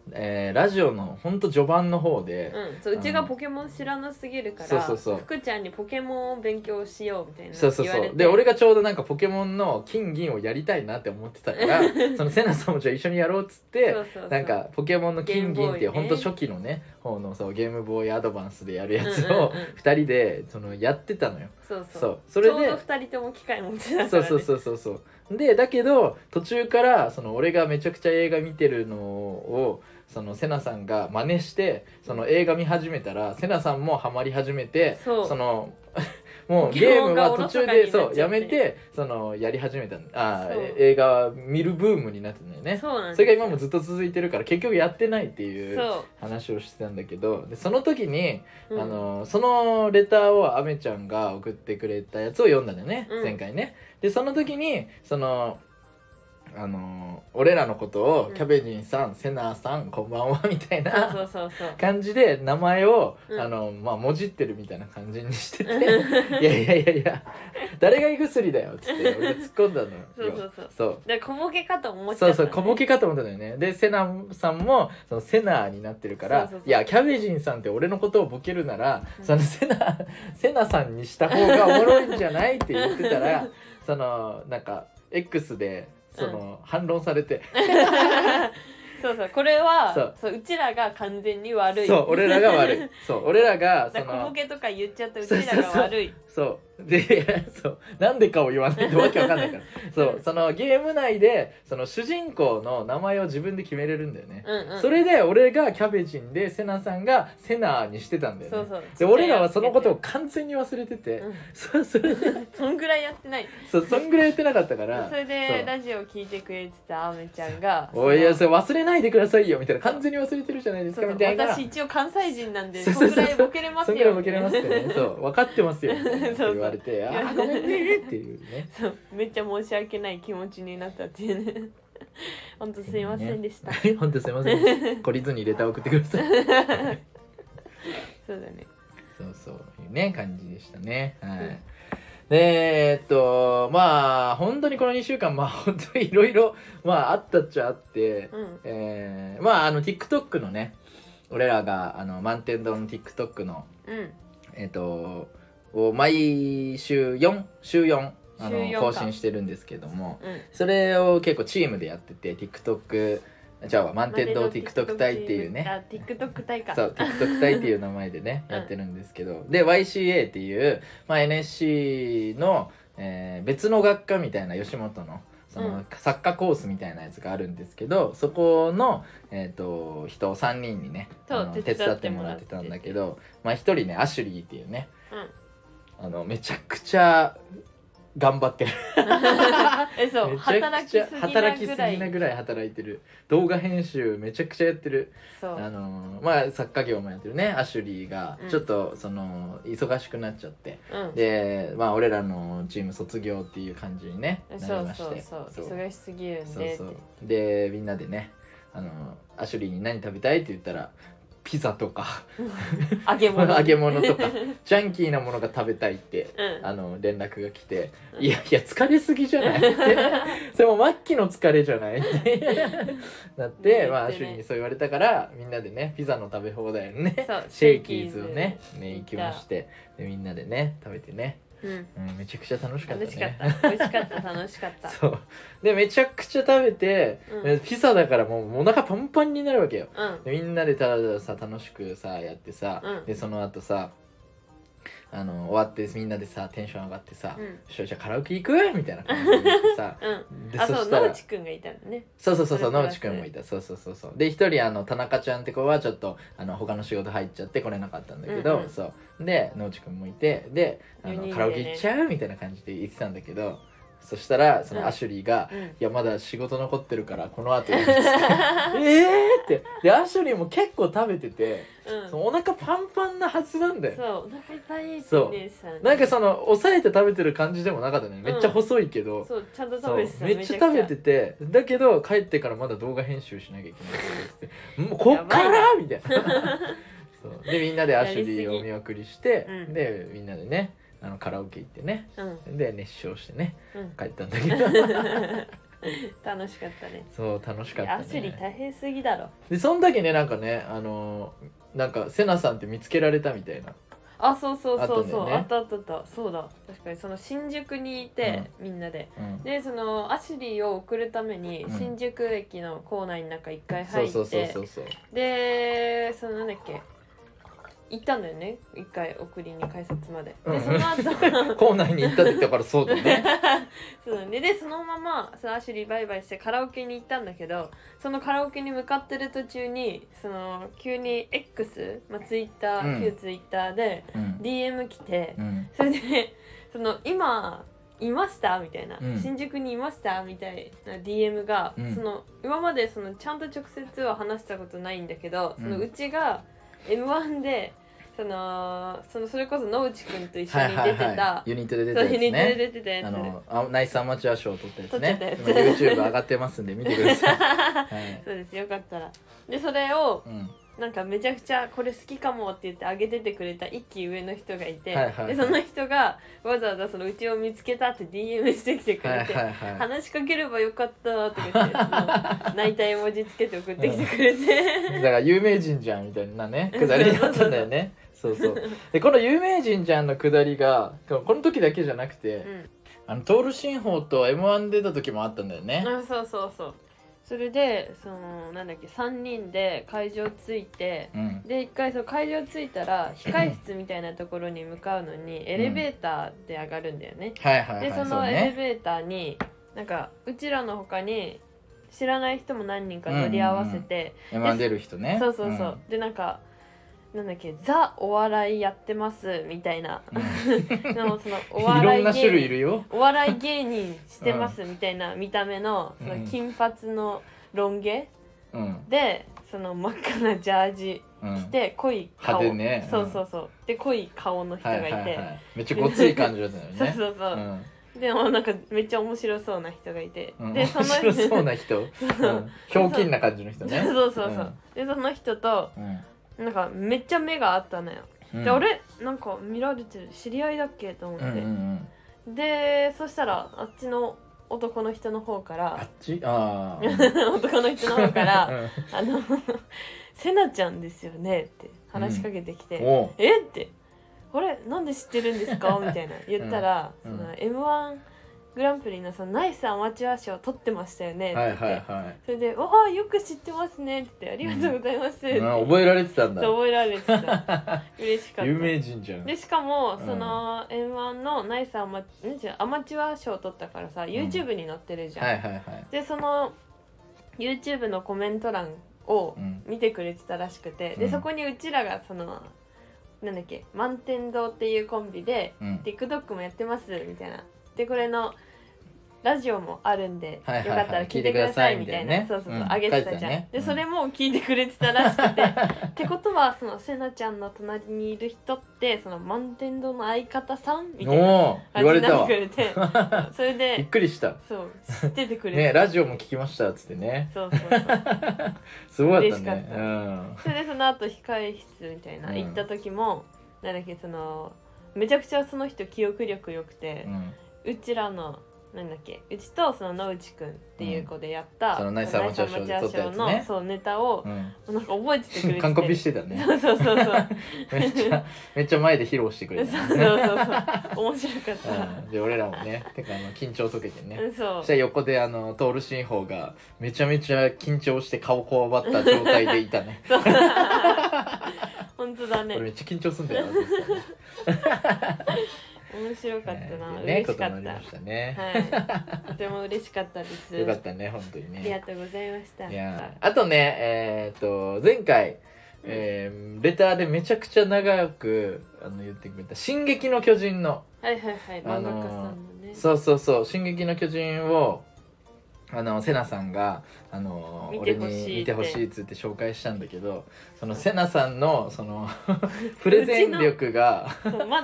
Speaker 1: えー、ラジオのほんと序盤の方で、
Speaker 2: うん、そううちがポケモン知らなすぎるから、そうそうそう、福ちゃんにポケモンを勉強しようみたいな言われて、そうそうそう、
Speaker 1: で俺がちょうどなんかポケモンの金銀をやりたいなって思ってたからそのセナさんもじゃあ一緒にやろうっつってそうそうそう、なんかポケモンの金銀っていうほんと初期のね方のそうゲームボーイアドバンスでやるやつをふたりでそのやってたのよ。
Speaker 2: そうそう、そうそれでちょうどふたりとも機械持ってたから、ね、
Speaker 1: そうそうそうそうそうでだけど途中からその俺がめちゃくちゃ映画見てるのをそのセナさんが真似してその映画見始めたらセナさんもハマり始めて、そそのもうゲームは途中でそうやめてそのやり始めたあ映画見るブームになってたんだよね。 そ, それが今もずっと続いてるから結局やってないっていう話をしてたんだけど、でその時に、うん、あのそのレターをアメちゃんが送ってくれたやつを読んだんだよね、うん、前回ね。でその時にそのあの俺らのことをキャベジンさん、うん、セナさんこんばんはみたいな感じで名前を、うん、あのまあもじってるみたいな感じにしてていやいやいやいや誰が胃薬だよっつって俺が突っ込んだのよ。
Speaker 2: そうそうそうそうで小ボケかと思っちゃった、
Speaker 1: ね、そうそう小ボケかと思ったのよね。でセナさんもそのセナになってるからそうそうそう、いやキャベジンさんって俺のことをボケるなら、うん、そのセナセナさんにした方がおもろいんじゃないって言ってたらそのなんか X でその、うん、反論されて
Speaker 2: そうそうこれはそうそううちらが完全に悪い、
Speaker 1: そう俺らが悪いそう俺らが
Speaker 2: その小ボケとか言っちゃったうちらが悪い、
Speaker 1: そうそうでそうなんでかを言わないとわけわかんないからそうそのゲーム内でその主人公の名前を自分で決めれるんだよね、うんうん、それで俺がキャベジンでセナさんがセナにしてたんだよね。そうそうで俺らはそのことを完全に忘れてて、うん、そうそれで
Speaker 2: そんぐらいやってない
Speaker 1: そうそんぐらいやってなかったから
Speaker 2: それでラジオ聞いてくれてたアメちゃんが
Speaker 1: おいやそれ忘れないでくださいよみたいな完全に忘れてるじゃないですかみたいな。
Speaker 2: 私一応関西人なんでそんぐらいボケれますよそんぐらい
Speaker 1: ボケれますってねそう分かってますよって言われてあーごめんねっていうね
Speaker 2: そうめっちゃ申し訳ない気持ちになったっていうね本当すいませんでした、
Speaker 1: ね、本当すいません懲りずにレター送ってください
Speaker 2: そうだね
Speaker 1: そうそういうね感じでしたねはい、うん、でえー、っとまあ本当にこのにしゅうかんまあ本当にいろいろまああったっちゃあって、うん、えー、まああの TikTok のね俺らがあの満天堂の TikTok の、うん、えー、っとを毎週よん週よんあの更新してるんですけども、うん、それを結構チームでやってて TikTok じゃあ満天堂 TikTok 隊っていうね
Speaker 2: あ TikTok 隊か
Speaker 1: そう TikTok 隊っていう名前でね、うん、やってるんですけどで ワイシーエー っていう、まあ、エヌエスシー の、えー、別の学科みたいな吉本のその、うん、サッカーコースみたいなやつがあるんですけどそこの、えー、と人さんにんにねあの手伝ってもらってたんだけどまあひとりねアシュリーっていうね、うん、あのめちゃくちゃ頑張ってる
Speaker 2: えそう働きすぎなぐらい
Speaker 1: 働きすぎなぐらい働いてる動画編集めちゃくちゃやってるそうあのまあ作家業もやってるねアシュリーがちょっとその忙しくなっちゃって、うん、でまあ俺らのチーム卒業っていう感じにねなりまして
Speaker 2: そうそうそう忙しすぎるんで
Speaker 1: そうそうでみんなでねあのアシュリーに何食べたいって言ったらピザとか
Speaker 2: 揚げ物
Speaker 1: 揚げ物とかジャンキーなものが食べたいって、うん、あの連絡が来て、うん、いやいや疲れすぎじゃないそれも末期の疲れじゃないってなって、ね、まあアシュリーにそう言われたからみんなでねピザの食べ放題のねシェイキーズをねね行きましてでみんなでね食べてねうんうん、めちゃくちゃ楽しかったね。
Speaker 2: 楽しかった美味しかった楽しかった
Speaker 1: そうでめちゃくちゃ食べて、うん、ピザだからもうお腹パンパンになるわけよ、うん、でみんなでただたださ楽しくさやってさ、うん、でその後さあの終わってみんなでさテンション上がってさ、うん、じゃあカラオケ行くみたいな感じでさ、
Speaker 2: うん、であそそう野内くんがいたのね
Speaker 1: そうそうそうそう野内くんもいたそうそうそうそうで一人あの田中ちゃんって子はちょっとあの他の仕事入っちゃって来れなかったんだけど、うんうん、そうで野内くんもいてであの、ね、カラオケ行っちゃうみたいな感じで言ってたんだけどそしたらそのアシュリーが、うん、いやまだ仕事残ってるからこの後やるっつってえーってでアシュリーも結構食べてて、うん、そのお腹パンパンなはずなんだよ
Speaker 2: そうお腹いっぱいって言って
Speaker 1: さなんかその抑えて食べてる感じでもなかったねめっちゃ細いけど、
Speaker 2: うん、そうちゃんと食べてた
Speaker 1: めっちゃ食べててだけど帰ってからまだ動画編集しなきゃいけないって言ってもうこっからみたいなそうでみんなでアシュリーをお見送りして、うん、でみんなでねあのカラオケ行ってね、うん、で熱唱してね、うん、帰ったんだけど
Speaker 2: 楽しかったね。
Speaker 1: そう楽しかったね。
Speaker 2: アシュリー大変すぎだろ。
Speaker 1: でその時ねなんかねあのー、なんかセナさんって見つけられたみたいな。
Speaker 2: あそうそうそうそう、
Speaker 1: ね、
Speaker 2: あったあったあった。そうだ確かにその新宿にいて、うん、みんなで、うん、でそのアシュリーを送るために新宿駅の構内の中一回入って、でそのなんだっけ行ったんだよね一回送りに改札まで、で、うん、その後
Speaker 1: 校内に行ったって言ったからそうだね
Speaker 2: そうだね。でそのままそのアシュリーバイバイしてカラオケに行ったんだけど、そのカラオケに向かってる途中にその急に X、まあ、ツイッター、うん、旧ツイッターで ディーエム 来て、うん、それでその今いましたみたいな、うん、新宿にいましたみたいな ディーエム が、うん、その今までそのちゃんと直接は話したことないんだけど、そのうちが エムワン でそのそのそれこそ野内くんと一緒に出てた、はいはいはい、
Speaker 1: ユニットで出てたやつね。
Speaker 2: ユニットで出てたやつ、あ
Speaker 1: のあナイスアマチュア賞を取ったやつね。
Speaker 2: 撮ってたやつ
Speaker 1: 今 YouTube 上がってますんで見てください、はい、
Speaker 2: そうですよかったら。でそれを、うん、なんかめちゃくちゃこれ好きかもって言ってあげててくれた一期上の人がいて、はいはいはい、でその人がわざわざそのうちを見つけたって ディーエム してきてくれて、はいはいはい、話しかければよかったって言って泣いた絵文字つけて送ってきてくれて、
Speaker 1: うん、だから有名人じゃんみたいなねくだりだったんだよねそうそうでこの有名人じゃんのくだりがこの時だけじゃなくて、うん、あのトール新法と エムワン 出た時もあったんだよね。
Speaker 2: あそうそうそう。それでそのなんだっけさんにんで会場着いて、うん、で一回その会場着いたら控室みたいなところに向かうのにエレベーターで上がるんだよね、うん、はいはいはい、でそのエレベーターに、ね、なんかうちらの他に知らない人も何人か乗り合わせて、
Speaker 1: うんうんうん、エムワン 出る人ね。
Speaker 2: そうそうそう、うん、でなんかなんだっけザお笑いやってますみたいな、うん、のそのお笑い芸人いろんな種類いるよ。お笑い芸人してますみたいな見た目の、その金髪のロン毛、うん、でその真っ赤なジャージ着て、うん、濃い顔、派手ね、うん、そうそうそうで濃い顔の人がいて、はいはいはい、
Speaker 1: めっちゃごつい感じだったよね
Speaker 2: そうそうそう、うん、でもなんかめっちゃ面白そうな人がいて、
Speaker 1: うん、でその面白そうな人、うん、ひょうきんな感じの人ね
Speaker 2: そうそうそう、うん、でその人と、うんなんかめっちゃ目があったのよ、うん、であれなんか見られてる知り合いだっけと思って、うんうんうん、でそしたらあっちの男の人の方から
Speaker 1: あっちあ
Speaker 2: 男の人の方から「うん、あのせなちゃんですよね」って話しかけてきて「うん、えっ?」て「あれなんで知ってるんですか?」みたいな言ったら、うん、その エムワングランプリのそのナイスアマチュア賞取ってましたよねって言って、はいはいはい、それで「わあよく知ってますね」って「ありがとうございます」って、
Speaker 1: うん、覚えられてたんだ。
Speaker 2: 覚えられてた嬉しかった。
Speaker 1: 有名人じゃん。
Speaker 2: でしかもその エムワン のナイスアマ、アマチュア賞取ったからさ YouTube に載ってるじゃん、うんはいはいはい、でその YouTube のコメント欄を見てくれてたらしくて、うん、でそこにうちらがそのなんだっけ満天堂っていうコンビで、うん、TikTok もやってますみたいなでこれのラジオもあるんで、はいはいはい、よかったら聞いてくださいみたいな、そうそうそう、うん、あげてたじゃん、ね、で、うん、それも聞いてくれてたらしくてってことはそのせなちゃんの隣にいる人ってその満天堂の相方さんみたいな感じになってくれてそれで
Speaker 1: びっくりした。
Speaker 2: そう知っててくれて
Speaker 1: ねラジオも聞きましたっつってね
Speaker 2: そうそうそう
Speaker 1: すごかったね。嬉し
Speaker 2: かった、うん、それでその後控室みたいな、うん、行った時もなんだっけそのめちゃくちゃその人記憶力良くて、うん、うちらのなんだっけうちとその野内くんっていう子でやった、うん、
Speaker 1: そのナイスアマチュア賞で撮ったやつね、
Speaker 2: そうネタを、うん、なんか覚えててくれてて
Speaker 1: 完コピしてたね
Speaker 2: そうそうそうそう
Speaker 1: めっちゃめっちゃ前で披露してくれた、
Speaker 2: ね、そうそうそう面白かった、
Speaker 1: うん、で俺らもねてかあの緊張解けてねそうそしたら横であのトール新法がめちゃめちゃ緊張して顔こわばった状態でいたねそう
Speaker 2: 本当だね
Speaker 1: 俺めっちゃ緊張すんだよな
Speaker 2: 面白かったな、
Speaker 1: ね、
Speaker 2: 嬉しかった、
Speaker 1: ねね、
Speaker 2: はい、とても嬉しかったです。
Speaker 1: よかったね本当にね。
Speaker 2: ありがとうございました。
Speaker 1: いやあとねえー、っと前回、えー、レターでめちゃくちゃ長くあの言ってくれた「進撃の巨人の」
Speaker 2: はいはいはい漫画家さんのね
Speaker 1: そうそうそう「進撃の巨人」をあのセナさんがあの俺に見てほしいっつって紹介したんだけどそのセナさんのそのプレゼン力が
Speaker 2: まだ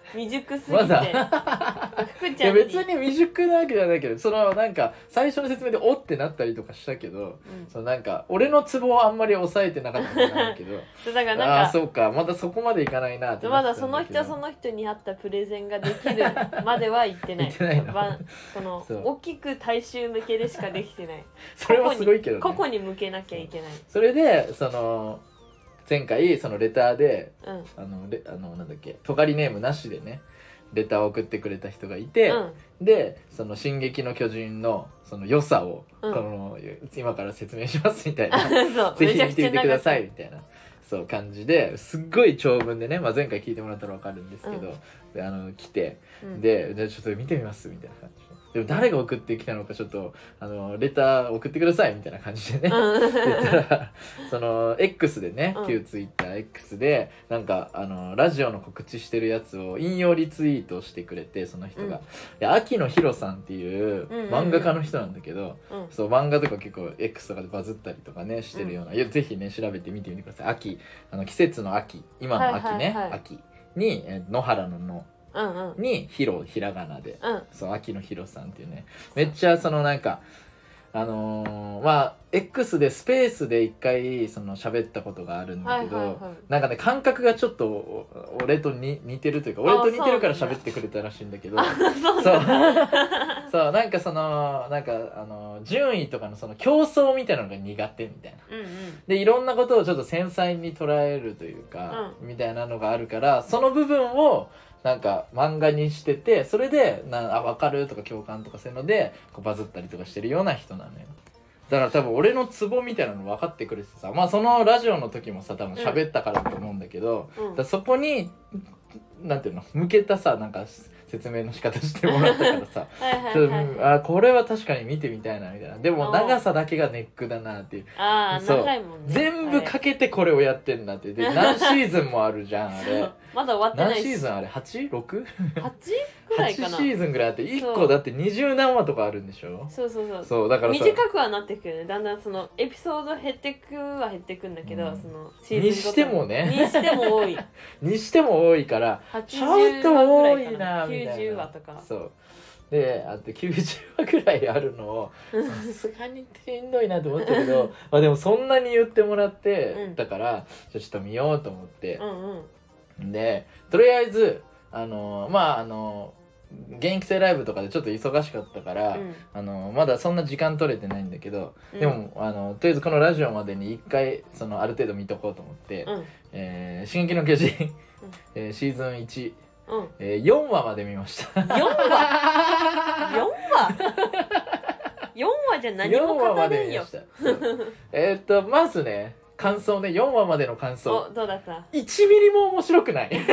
Speaker 2: 未熟すぎて、ま、福ちゃん
Speaker 1: にいや別に未熟なわけじゃないけど、そのなんか最初の説明でおってなったりとかしたけど、うん、そのなんか俺のツボをあんまり抑えてなかったんだけど
Speaker 2: だからなんか
Speaker 1: あそうかまだそこまでいかないなって
Speaker 2: まだその人その人に合ったプレゼンができるまでは行ってない。
Speaker 1: 行ってないの
Speaker 2: その大きく大衆向けでしかできてない
Speaker 1: それはすごいけどね、
Speaker 2: 個々に向けなきゃいけない。
Speaker 1: それでその前回そのレターで、うん、あのレあのなんだっけとがりネームなしでねレターを送ってくれた人がいて、うん、でその「進撃の巨人」のその良さを、うん、この今から説明しますみたいなぜひ見てみてくださいみたいなそう感じですっごい長文でね、まあ、前回聞いてもらったら分かるんですけど、うん、であの来て、うん、でじゃあちょっと見てみますみたいな感じで。でも誰が送ってきたのかちょっとあのレター送ってくださいみたいな感じでね、うん、言ったらその X でね、旧 TwitterX でなんかあのラジオの告知してるやつを引用リツイートしてくれて、その人が、うん、で秋野博さんっていう漫画家の人なんだけど、うんうんうん、そう漫画とか結構 X とかでバズったりとかねしてるような、うん、いやぜひね調べてみてみてください。秋あの季節の秋今の秋ね、はいはいはい、秋にえ野原の野うんうん、にひろひらがなで、うん、そう秋野ひろさんっていうねめっちゃそのなんかあのー、まあ X でスペースで一回その喋ったことがあるんだけど、はいはいはい、なんかね感覚がちょっと俺とに似てるというか俺と似てるから喋ってくれたらしいんだけどそうそうそうなんかそのなんかあの順位とかのその競争みたいなのが苦手みたいな、うんうん、でいろんなことをちょっと繊細に捉えるというか、うん、みたいなのがあるからその部分をなんか漫画にしててそれでなあ分かるとか共感とかそういうのでこうバズったりとかしてるような人なのよ。だから多分俺のツボみたいなの分かってくれてさ、まあそのラジオの時もさ多分喋ったからだと思うんだけど、うん、だそこになんていうの向けたさなんか説明の仕方してもらったからさはいはい、はい、あこれは確かに見てみたいなみたいな。でも長さだけがネックだなっていう。
Speaker 2: ああ長いもんね。
Speaker 1: 全部かけてこれをやってんだって。で何シーズンもあるじゃんあれ
Speaker 2: まだ終わってないし。
Speaker 1: 何シーズンあれ はち？ろく？
Speaker 2: はち ぐらいかな。
Speaker 1: はちシーズンぐらいあっていっこだってにじゅう何話とかあるんでしょ。
Speaker 2: そうそうそう。
Speaker 1: そうだからさ
Speaker 2: 短くはなってくるね。だんだんそのエピソード減ってくは減ってくんだけど、うん、そのシーズン
Speaker 1: にしてもね
Speaker 2: にしても多い
Speaker 1: にしても多いからちょっと多いなみたいな。
Speaker 2: きゅうじゅうわとか。
Speaker 1: そうであってきゅうじゅうわぐらいあるのをさすがにしんどいなと思ったけどまあでもそんなに言ってもらって、うん、だからちょっと見ようと思って、うんうん、でとりあえずあのまああの現役生ライブとかでちょっと忙しかったから、うん、あのまだそんな時間取れてないんだけど、うん、でもあのとりあえずこのラジオまでにいっかいそのある程度見とこうと思って「うんえー、進撃の巨人」えー、シーズンいちうんえー、よんわまで見ましたよんわよんわ
Speaker 2: よんわじゃ何も語れんよ
Speaker 1: えっとまずね感想ねよんわまでの感想
Speaker 2: おどうだった？
Speaker 1: いちミリも面白くないこ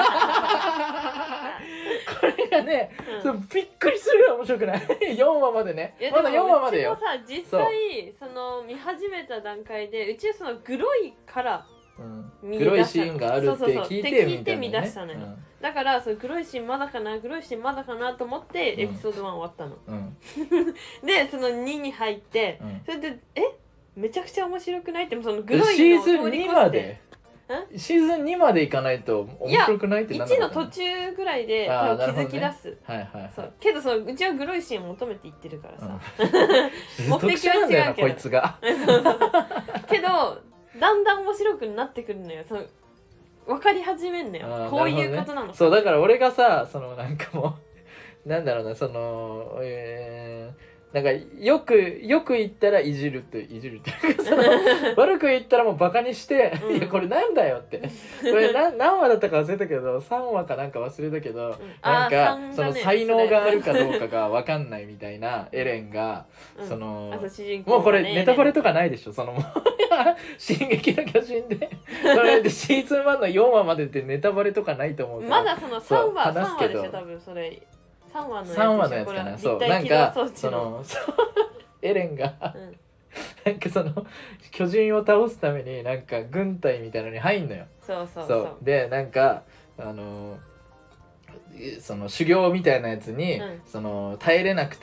Speaker 1: れがね、うん、びっくりするぐらい面白くないよんわまでねまだよんわまでよ。
Speaker 2: うちもさ実際その見始めた段階でうちはそのグロいから
Speaker 1: うん、黒いシーンがあるって聞いて
Speaker 2: 聞いて見出したのよ、うん、だからその黒いシーンまだかな黒いシーンまだかなと思ってエピソードワン終わったの、うん、でそのにに入って、うん、それでえめちゃくちゃ面白くないってそのグロいのを通り越してシーズンにまで
Speaker 1: シーズンにまでいかないと面白くないってなんだ
Speaker 2: いちの途中ぐらいで多分気づき出す、ねはいはいはい、そうけどそのうちはグロいシーンを求めていってるからさ、うん、目的は違うけど
Speaker 1: こいつが
Speaker 2: そうそうけどだんだん面白くなってくるのよ。その分かり始めんのよ。こういうことなのか、ね、
Speaker 1: そうだから俺がさそのなんかもうなんだろうなその、えー、なんかよくよく言ったらいじるっていじるっていうかその悪く言ったらもうバカにして、うん、いやこれなんだよってこれな何話だったか忘れたけどさんわかなんか忘れたけど、うん、なんか、ね、その才能があるかどうかが分かんないみたいなエレンが、うん、その、ね、もうこれネタバレとかないでしょそのもう進撃の巨人でそれでシーズンワンのよんわまででネタバレとかないと思う
Speaker 2: からまだそのさんわさんわでしょ多分それさんわのやつ
Speaker 1: さんわのやつかなそうなんかそのエレンが、うん、なんかその巨人を倒すためになんか軍隊みたいなのに入んのよ。
Speaker 2: そうそうそう
Speaker 1: そうでなんかあのその修行みたいなやつに、うん、その耐えれなくて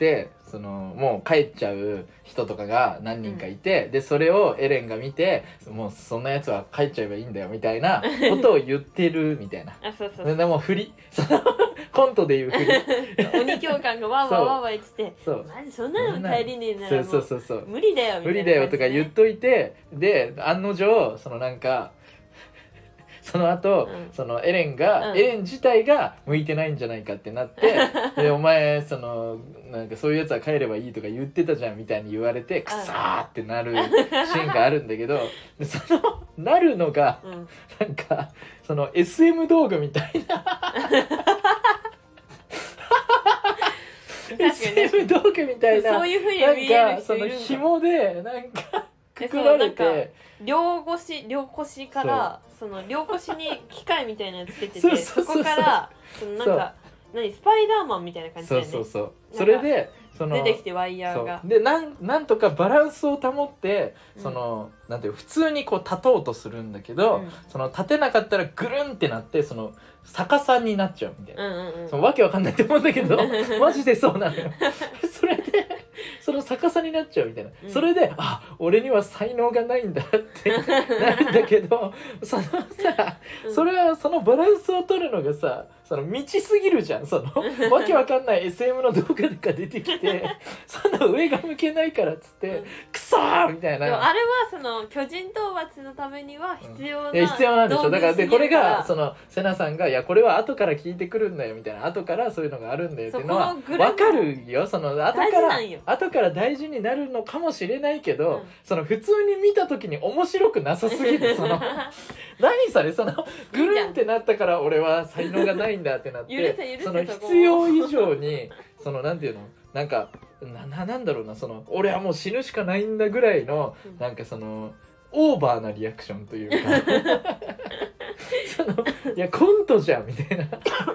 Speaker 1: そのもう帰っちゃう人とかが何人かいて、うん、でそれをエレンが見てもうそんなやつは帰っちゃえばいいんだよみたいなことを言ってるみたいな
Speaker 2: あそうそうそう
Speaker 1: でも振りコントでいう振り
Speaker 2: 鬼教官がわーわーわーわー言っててそうマジそんなの帰りねえならもうそうそうそう無理だよみたいな、ね、
Speaker 1: 無理だよとか言っといてで案の定そのなんかその後、うん、そのエレンが、うん、エレン自体が向いてないんじゃないかってなってでお前そのなんかそういうやつは帰ればいいとか言ってたじゃんみたいに言われてクサーってなるシーンがあるんだけどそのなるのが、うん、なんかその エスエム 道具みたいなエスエム 道具みたいな
Speaker 2: そういう風に見える人いるんだ。
Speaker 1: なんかその紐でなんかくくられて
Speaker 2: 両腰両腰からその両腰に機械みたいなのつけててそこからそのなんか何スパイダーマンみたいな感じだよね。
Speaker 1: そうそうそうそれでその
Speaker 2: 出てきてワイヤーが
Speaker 1: でなんなんとかバランスを保ってその、うん、なんていう普通にこう立とうとするんだけど、うん、その立てなかったらぐるんってなってその逆さになっちゃうみたいな、うんうんうん、そのわけわかんないと思うんだけどマジでそうなのよそれでその逆さになっちゃうみたいな、うん、それであ俺には才能がないんだってなるんだけどそのさ、うん、それはそのバランスを取るのがさその道すぎるじゃんそのわけわかんない エスエム の動画とか出てきてそんな上が向けないからっつって、うん、クソーみたいな。
Speaker 2: でもあれはその巨人討伐のためには必要な、うん、
Speaker 1: いや必要なんでしょだからでこれがそのセナさんがいやこれは後から聞いてくるんだよみたいな後からそういうのがあるんだよっていうのは分かるよその後から後から大事になるのかもしれないけど、うん、その普通に見た時に面白くなさすぎるその何それそのぐるんってなったから俺は才能がないんだってなってその必要以上にそのなんていうのなんかな、なんだろうなその俺はもう死ぬしかないんだぐらいの、うん、なんかそのオーバーなリアクションというかそのいやコントじゃんみたいな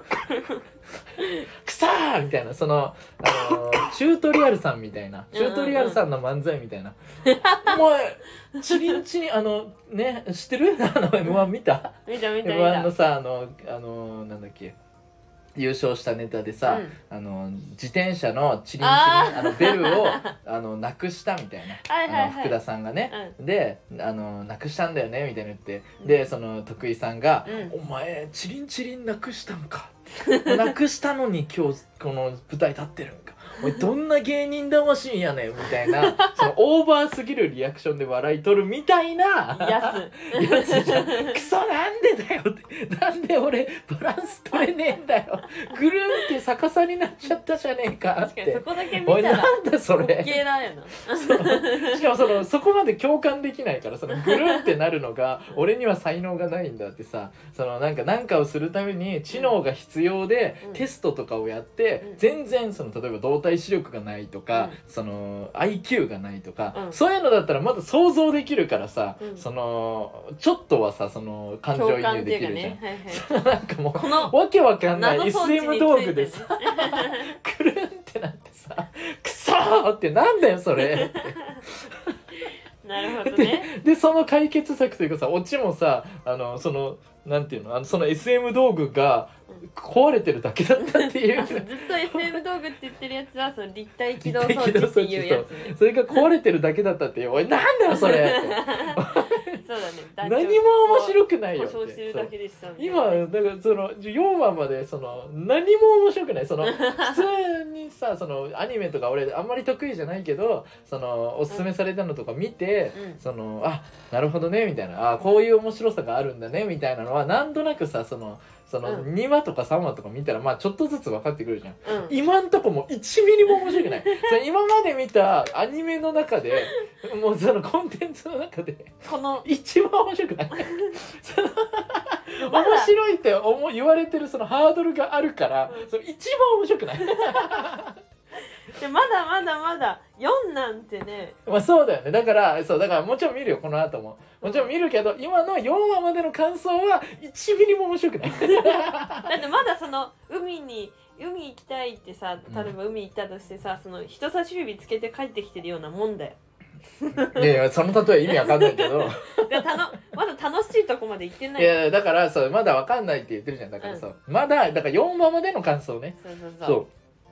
Speaker 1: くさーみたいなその、あのー、チュートリアルさんみたいなチュートリアルさんの漫才みたいなお前チリンチリンあのね知ってるあの エムワン 見た
Speaker 2: 見た見た見た
Speaker 1: エムワン のさあのあのなんだっけ優勝したネタでさ、うん、あの自転車のチリンチリン あ, あのベルをあのなくしたみたいなはいはい、はい、あの福田さんがね、うん、であのなくしたんだよねみたいな言って、うん、でその徳井さんが、うん、お前チリンチリンなくしたんかなくしたのに今日この舞台立ってるんかおいどんな芸人魂やねんみたいなそのオーバーすぎるリアクションで笑い取るみたいな
Speaker 2: やつ
Speaker 1: やつじゃんクソなんでだよってなんで俺バランス取れねえんだよぐるんって逆さになっちゃったじゃねえかって
Speaker 2: 確かにそこだけ見たらおい
Speaker 1: なんだそれ
Speaker 2: OK だよな
Speaker 1: しかもそのそこまで共感できないからそのぐるんってなるのが俺には才能がないんだってさそのなんか何かをするために知能が必要で、うん、テストとかをやって、うん、全然その例えば動体視力がないとか、うん、その アイキュー がないとか、うん、そういうのだったらまだ想像できるからさ、うん、そのちょっとはさその感情移入できるじゃん、ねはいはい、なんかもうわけわかんない エスエム 道具でさくるんってなってさクソーってなんだよそれ
Speaker 2: なるほどね
Speaker 1: で, でその解決策というかさオチもさあのそのなんていうのあのその エスエム 道具が壊れてるだけだったっていう
Speaker 2: ずっと エスエム 道具って言ってるやつはその立体起動装置っていうやつ、ね、
Speaker 1: それが壊れてるだけだったっていうおいなんだよそれ
Speaker 2: そうだね
Speaker 1: 何も面白くないよって
Speaker 2: 故障してるだけでした
Speaker 1: 今だからそのよんわまでその何も面白くないその普通にさそのアニメとか俺あんまり得意じゃないけどそのおすすめされたのとか見て、うん、そのあなるほどねみたいなあこういう面白さがあるんだねみたいなのはなんとなくさそのそのにわとかさんわとか見たらまあちょっとずつ分かってくるじゃん、うん、今んとこもいちミリも面白くないその今まで見たアニメの中でもうそのコンテンツの中で
Speaker 2: この
Speaker 1: 一番面白くないその面白いって思言われてるそのハードルがあるから、うん、その一番面白くない
Speaker 2: でまだまだまだよんなんてね
Speaker 1: まあそうだよねだからそうだからもちろん見るよこの後ももちろん見るけど今のよんわまでの感想はいちミリも面白くないだ
Speaker 2: ってまだその海に海行きたいってさ例えば海行ったとしてさ、うん、その人差し指つけて帰ってきてるようなもんだよ
Speaker 1: いやいやその例え意味わかんないけど
Speaker 2: でたのまだ楽しいとこまで行ってない
Speaker 1: いやだからそうまだわかんないって言ってるじゃんだからさ、うん、まだだからよんわまでの感想ね
Speaker 2: そうそうそうそう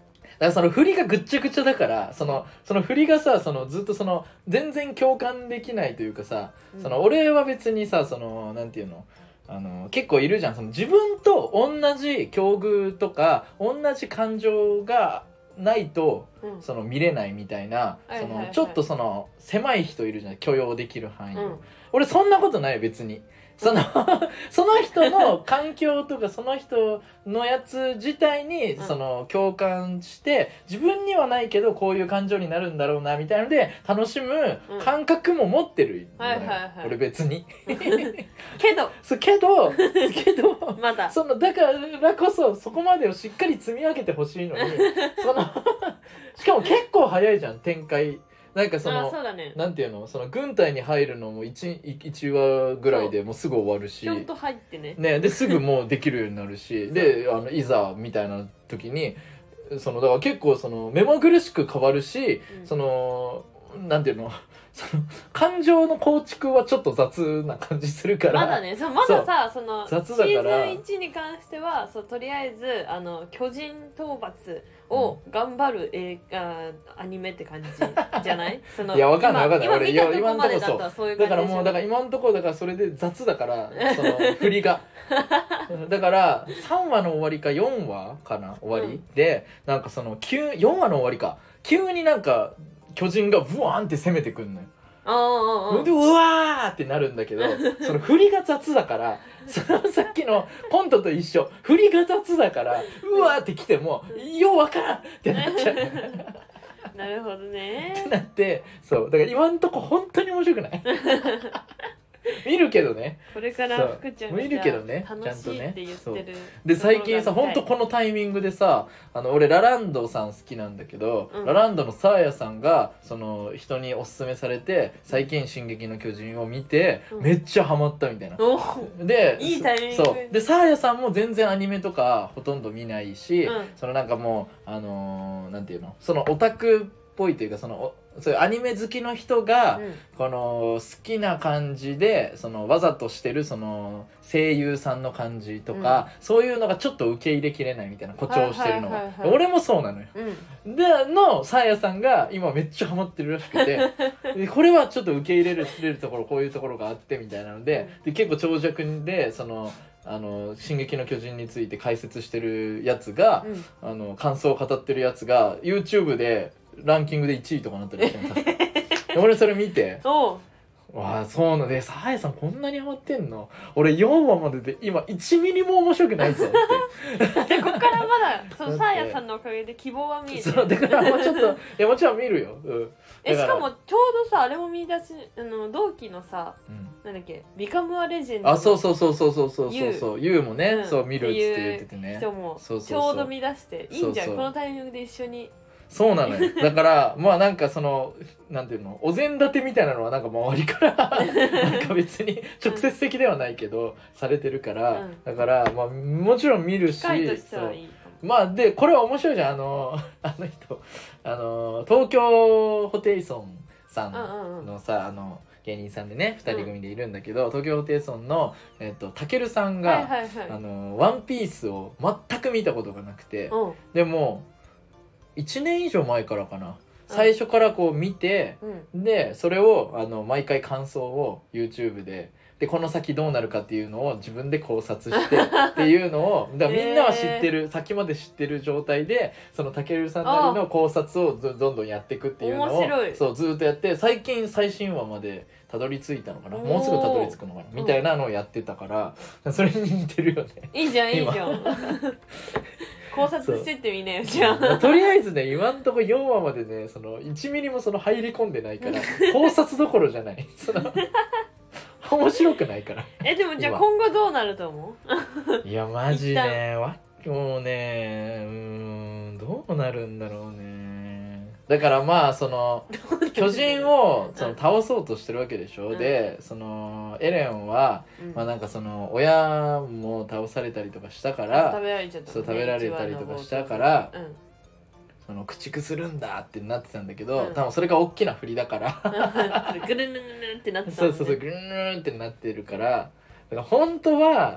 Speaker 1: からその振りがぐっちゃぐちゃだからそのその振りがさそのずっとその全然共感できないというかさ、うん、その俺は別にさそのなんていうのあの結構いるじゃんその自分と同じ境遇とか同じ感情がないと、うん、その見れないみたいな、そのちょっとその狭い人いるじゃん許容できる範囲、うん、俺そんなことない別にそのその人の環境とかその人のやつ自体にその共感して自分にはないけどこういう感情になるんだろうなみたいなので楽しむ感覚も持ってる、
Speaker 2: うん、はいはいはい、
Speaker 1: 俺別に
Speaker 2: けど
Speaker 1: そうけどけど
Speaker 2: まだ
Speaker 1: そのだからこそそこまでをしっかり積み上げてほしいのにそのしかも結構早いじゃん展開なんかその
Speaker 2: そうだね、
Speaker 1: なんていうのその軍隊に入るのも 1, 1話ぐらいでもうすぐ終わるし
Speaker 2: ちょんと入ってね
Speaker 1: ねですぐもうできるようになるしであのいざみたいな時にそのだから結構その目まぐるしく変わるし、うん、そのなんていうのその感情の構築はちょっと雑な感じするから
Speaker 2: まだねそうまださその
Speaker 1: 雑だから
Speaker 2: シーズンいちに関してはそうとりあえずあの巨人討伐を頑張る映画、うん、アニメって感じじゃないその
Speaker 1: いやわかんないわかんない
Speaker 2: 俺今見たとこまでだったらそういう感じ
Speaker 1: だからもうだから今のところだからそれで雑だからその振りがだからさんわの終わりかよんわかな終わり、うん、でなんかそのよんわの終わりか急になんか巨人がブワーンって攻めてくんのよ
Speaker 2: ああ
Speaker 1: でうわーってなるんだけどその振りが雑だからそのさっきのコントと一緒振りが雑だからうわーって来てもようわからんってなっちゃう
Speaker 2: なるほどね
Speaker 1: ってなってそうだから今んとこ本当に面白くない見るけどね
Speaker 2: これから福ちゃんが
Speaker 1: 見るけどね
Speaker 2: 楽しいって言ってる
Speaker 1: で最近さほんとこのタイミングでさあの俺ラランドさん好きなんだけど、うん、ラランドのサーヤさんがその人におすすめされて最近「進撃の巨人」を見て、うん、めっちゃハマったみたいな、
Speaker 2: うん、
Speaker 1: で
Speaker 2: いいタイミング
Speaker 1: そうでサーヤさんも全然アニメとかほとんど見ないし、
Speaker 2: うん、
Speaker 1: そのなんかもうあのー、なんていうのそのオタクっぽいというかそのそういうアニメ好きの人が、うん、この好きな感じでそのわざとしてるその声優さんの感じとか、うん、そういうのがちょっと受け入れきれないみたいな誇張してるのが、はいはいはいはい、俺もそうなのよ、うん、でのサーヤさんが今めっちゃハマってるらしくてでこれはちょっと受け入れるところこういうところがあってみたいなので、うん、で結構長尺でそのあの進撃の巨人について解説してるやつが、うん、あの感想を語ってるやつが YouTube でランキングでいちいとかなったりしてます俺それ見て
Speaker 2: お
Speaker 1: わあそうのでサーヤさんこんなにハマってんの俺よんわまでで今いちミリも面白くないぞって
Speaker 2: でこっからまだそのサーヤさんのおかげで希望は見えて
Speaker 1: そうだからもうちょっといやもちろん見るよ、うん、
Speaker 2: えしかもちょうどさあれも見出しあの同期のさ、うん、なんだっけビカムアレジェンド
Speaker 1: あそうそうそうそうそうそうそうそうユウもね、うん、そう見るっつって言っててね
Speaker 2: 人もちょうど見出していいんじゃんこのタイミングで一緒に
Speaker 1: そうなのよだからまあなんかそのなんていうのお膳立てみたいなのはなんか周りからなんか別に直接的ではないけど、うん、されてるから、うん、だからまあもちろん見るし
Speaker 2: 機会としてはいい
Speaker 1: まあでこれは面白いじゃんあのあの人あの東京ホテイソンさんのさ、うんうんうん、あの芸人さんでねふたり組でいるんだけど、うん、東京ホテイソンのえっとたけるさんが、
Speaker 2: はいはいはい、
Speaker 1: あのワンピースを全く見たことがなくて、
Speaker 2: うん、
Speaker 1: でもいちねん以上前からかな最初からこう見て、うん、でそれをあの毎回感想を YouTube ででこの先どうなるかっていうのを自分で考察してっていうのをだからみんなは知ってる、えー、先まで知ってる状態でそのたけるさんなりの考察をどんどんやっていくっていうのをそうずっとやって最近最新話までたどり着いたのかなもうすぐたどり着くのかなみたいなのをやってたからそれに似てるよね
Speaker 2: いいじゃんいいじゃん考察してってみんなよじゃあ
Speaker 1: とりあえずね今んとこよんわまでねそのいちミリもその入り込んでないから考察どころじゃないその面白くないから
Speaker 2: えでもじゃあ今後どうなると思
Speaker 1: ういやマジねわもうねうーんどうなるんだろうねだからまあその巨人をその倒そうとしてるわけでしょ、うん、でそのエレンは、うん、まあなんかその親も倒されたりとかしたから
Speaker 2: 食べられちゃった、ね、
Speaker 1: そう食べられたりとかしたから、
Speaker 2: うん、
Speaker 1: その駆逐するんだってなってたんだけど、うん、多分それが大きな振りだから
Speaker 2: グルヌヌヌってなってた
Speaker 1: もんねそうそうそうグルヌヌってなってるからだから本当は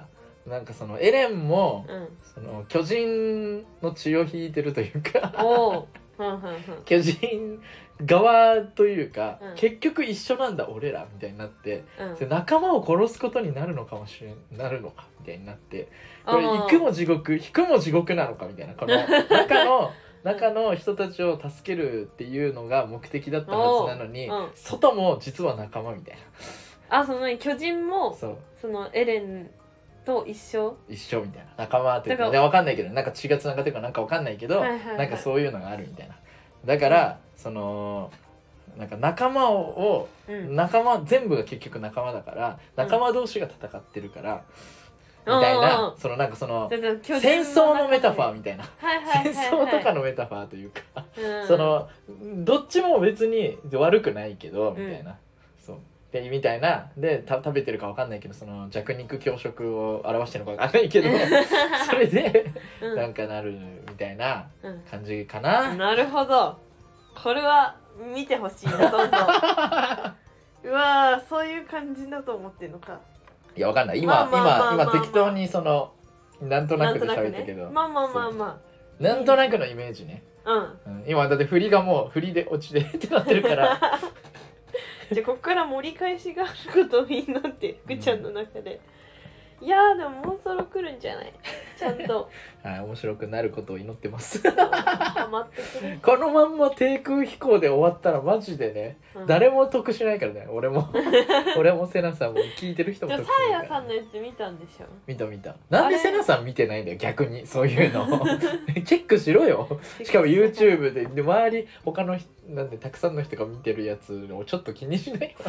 Speaker 1: なんかそのエレンも、
Speaker 2: うん、
Speaker 1: その巨人の血を引いてるというか
Speaker 2: お
Speaker 1: 巨人側というか、
Speaker 2: うん、
Speaker 1: 結局一緒なんだ俺らみたいになって、
Speaker 2: うん、
Speaker 1: 仲間を殺すことになるのかもしれんなるのかみたいになって、これ行くも地獄引くも地獄なのかみたいな、この中の中の人たちを助けるっていうのが目的だったはずなのに、うん、外も実は仲間みたい
Speaker 2: な。あ、その巨人もそうそのエレンと一緒
Speaker 1: 一緒みたいな、仲間っていうか分かんないけど、なんか血がつながってるかなんか分かんないけど、はいはいはい、なんかそういうのがあるみたいな。だから、うん、そのなんか仲間を、うん、仲間全部が結局仲間だから仲間同士が戦ってるから、うん、みたいな、そのなんかその戦争のメタファーみたいな、戦争とかのメタファーというか、うん、そのどっちも別に悪くないけどみたいな、うん、そうでみたいなでた食べてるか分かんないけど、その弱肉強食を表してるのか分かんないけどそれで、うん、なんかなるみたいな感じかな、
Speaker 2: うん、なるほど。これは見てほしいな、どんどんうわー、そういう感じだと思ってるのか。
Speaker 1: いや、わかんない。今、今、今適当にそのなんとなくで喋ったけど、
Speaker 2: まあまあまあま
Speaker 1: あなんとなくのイメージね。うん、うん、今だって振りがもう振りで落ちてってなってるから
Speaker 2: じゃあここから盛り返しがあることを祈って福ちゃんの中で、うん、いやーでももうそろ来るんじゃない、ちゃんと
Speaker 1: はい、面白くなることを祈ってます
Speaker 2: ハマってくれ。
Speaker 1: このまんま低空飛行で終わったらマジでね、うん、誰も得しないからね。俺も俺もセナさんも聞いてる人も得しないから、ね、
Speaker 2: じゃあサーヤさんのやつ見たんでしょ。
Speaker 1: 見た見た。なんでセナさん見てないんだよ逆に。そういうのチェックしろよ。しかも YouTube で、で周り他のなんでたくさんの人が見てるやつをちょっと気にしないよ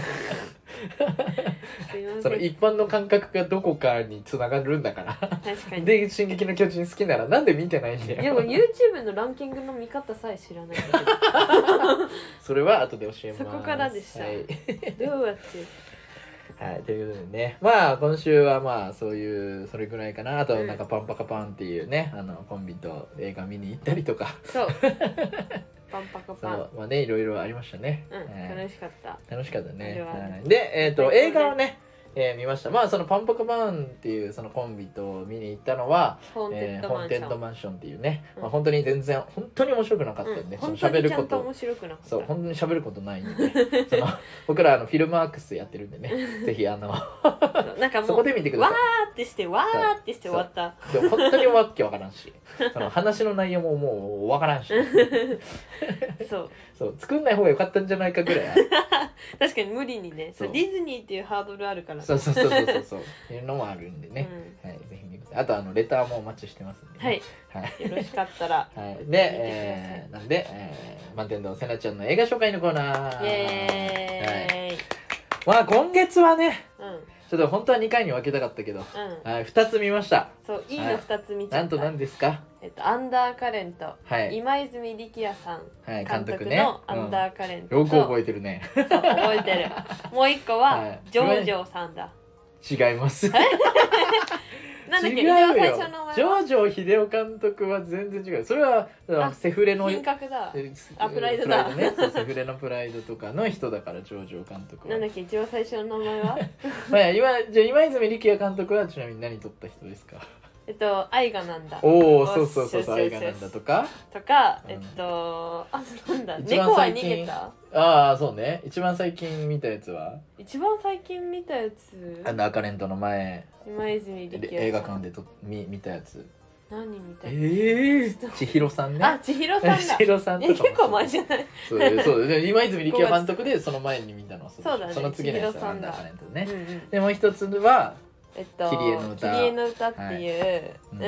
Speaker 1: その一般の感覚がどこかに繋がるんだから
Speaker 2: 確かに。
Speaker 1: で進撃の巨人好きならなんで見てないんだよ。
Speaker 2: でも YouTube のランキングの見方さえ知らないんだけど
Speaker 1: それは後で教えます。
Speaker 2: そこからでした、はい、どうやって
Speaker 1: はい、ということでね、まあ今週はまあそういうそれぐらいかな。あとなんかパンパカパンっていうね、あのコンビと映画見に行ったりとか、
Speaker 2: そうパンパカパン、
Speaker 1: そうまあね、いろいろありましたね。
Speaker 2: うん、はい、楽しかった
Speaker 1: 楽しかったね。はい、で、えっ、ー、と映画をね、えー、見ました。まあそのパンパカパンっていうそのコンビと見に行ったのはホーンテッドマンションっていうね、うん、まあ、本当に全然本当に面白くなかったんで、うん、その喋ること、そう本当に喋ることないんで、ね、その僕らあのフィルマークスやってるんでねぜひあの
Speaker 2: なんかもう
Speaker 1: そこで見てください。
Speaker 2: わーってしてわーってして終わった。
Speaker 1: でも本当にわけわからんしその話の内容ももうわからんし
Speaker 2: そう
Speaker 1: そう作んない方が良かったんじゃないかぐらい
Speaker 2: 確かに無理にね、そうディズニーっていうハードルあるから、ね、
Speaker 1: そうそうそうそうそうそういうのもあるんでね、うん、はい、ぜひ見てください。あとあのレターもお待ちしてますんで、ね、
Speaker 2: はい、はい、よろしかったら、
Speaker 1: はい、で、えー、なんで、えー、満天堂せなちゃんの映画紹介のコーナー、
Speaker 2: イエーイ、
Speaker 1: はい、まあ今月はね、
Speaker 2: うん、
Speaker 1: ちょっと本当はにかいに分けたかったけど、うん、はい、ふたつ見ました。
Speaker 2: そういいのふたつ見ちゃった、はい、
Speaker 1: なんと何ですか。
Speaker 2: えっと、アンダーカレント、はい、今泉力也さん監督のアンダーカレント、
Speaker 1: はい、ね、うん、よく覚えてるね。
Speaker 2: そう覚えてる。もう一個は、はい、ジョージョーさんだ。
Speaker 1: 違います
Speaker 2: なんだっけ、
Speaker 1: 違うよ。ジョージョー秀夫監督は全然違う。それはセフレの
Speaker 2: 品格だ。あ、プライドだ。
Speaker 1: プライドね、セフレのプライドとかの人だからジョージョー監督は。
Speaker 2: なんだっけ、一番最初の名前は
Speaker 1: まあ今じゃあ今泉力也監督はちなみに何撮った人ですか。
Speaker 2: えっと、愛がなんだ。
Speaker 1: おお、そうそうそうそう、愛がなんだとか。
Speaker 2: とか、えっと、あ、なんだ、猫は逃げた。
Speaker 1: ああ、そうね。一番最近見たやつは。
Speaker 2: 一番最近見たやつ。
Speaker 1: アンダーカレントの前。
Speaker 2: 今泉力也。
Speaker 1: 映画館でと見見たやつ。
Speaker 2: 何見た。
Speaker 1: ええー。千尋さんね。
Speaker 2: あ、千尋さんだ。
Speaker 1: 千尋さんとか。
Speaker 2: 結構前じゃない。
Speaker 1: そうそう。今泉力也監督でその前に見たのは
Speaker 2: そうだね。
Speaker 1: その次のやつ
Speaker 2: アンダ
Speaker 1: ーカレントね。うんうん、でもう一つは。
Speaker 2: えっと、
Speaker 1: キリエの歌、
Speaker 2: キリエの歌っていう、はい、うん、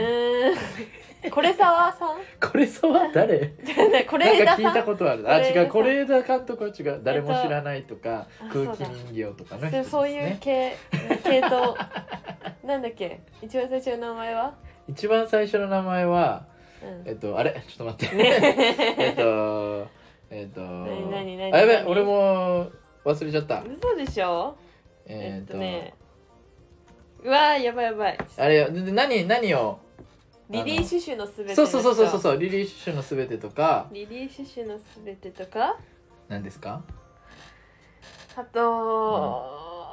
Speaker 2: これ沢さん
Speaker 1: これ沢誰
Speaker 2: これ枝さん
Speaker 1: なんか聞いたことある。あ、違う、これ枝監督は違う。誰も知らないとか、空気人形とかね。
Speaker 2: そう、そういう系、系統なんだっけ、一番最初の名前は
Speaker 1: 一番最初の名前は、うん、えっと、あれちょっと待って。ね、えっと、えっと、何何何あ、やべ、俺も忘れちゃった。
Speaker 2: 嘘でしょ。
Speaker 1: えっと、えっとね、
Speaker 2: うわー、やばいやばい。
Speaker 1: あれよ、何何を
Speaker 2: リリー・シュシュのすべて。
Speaker 1: そうそうそうそうそう、リリー・シュシュのすべてとか。
Speaker 2: リリー・シュシュのすべてとか。
Speaker 1: 何ですか。
Speaker 2: あと、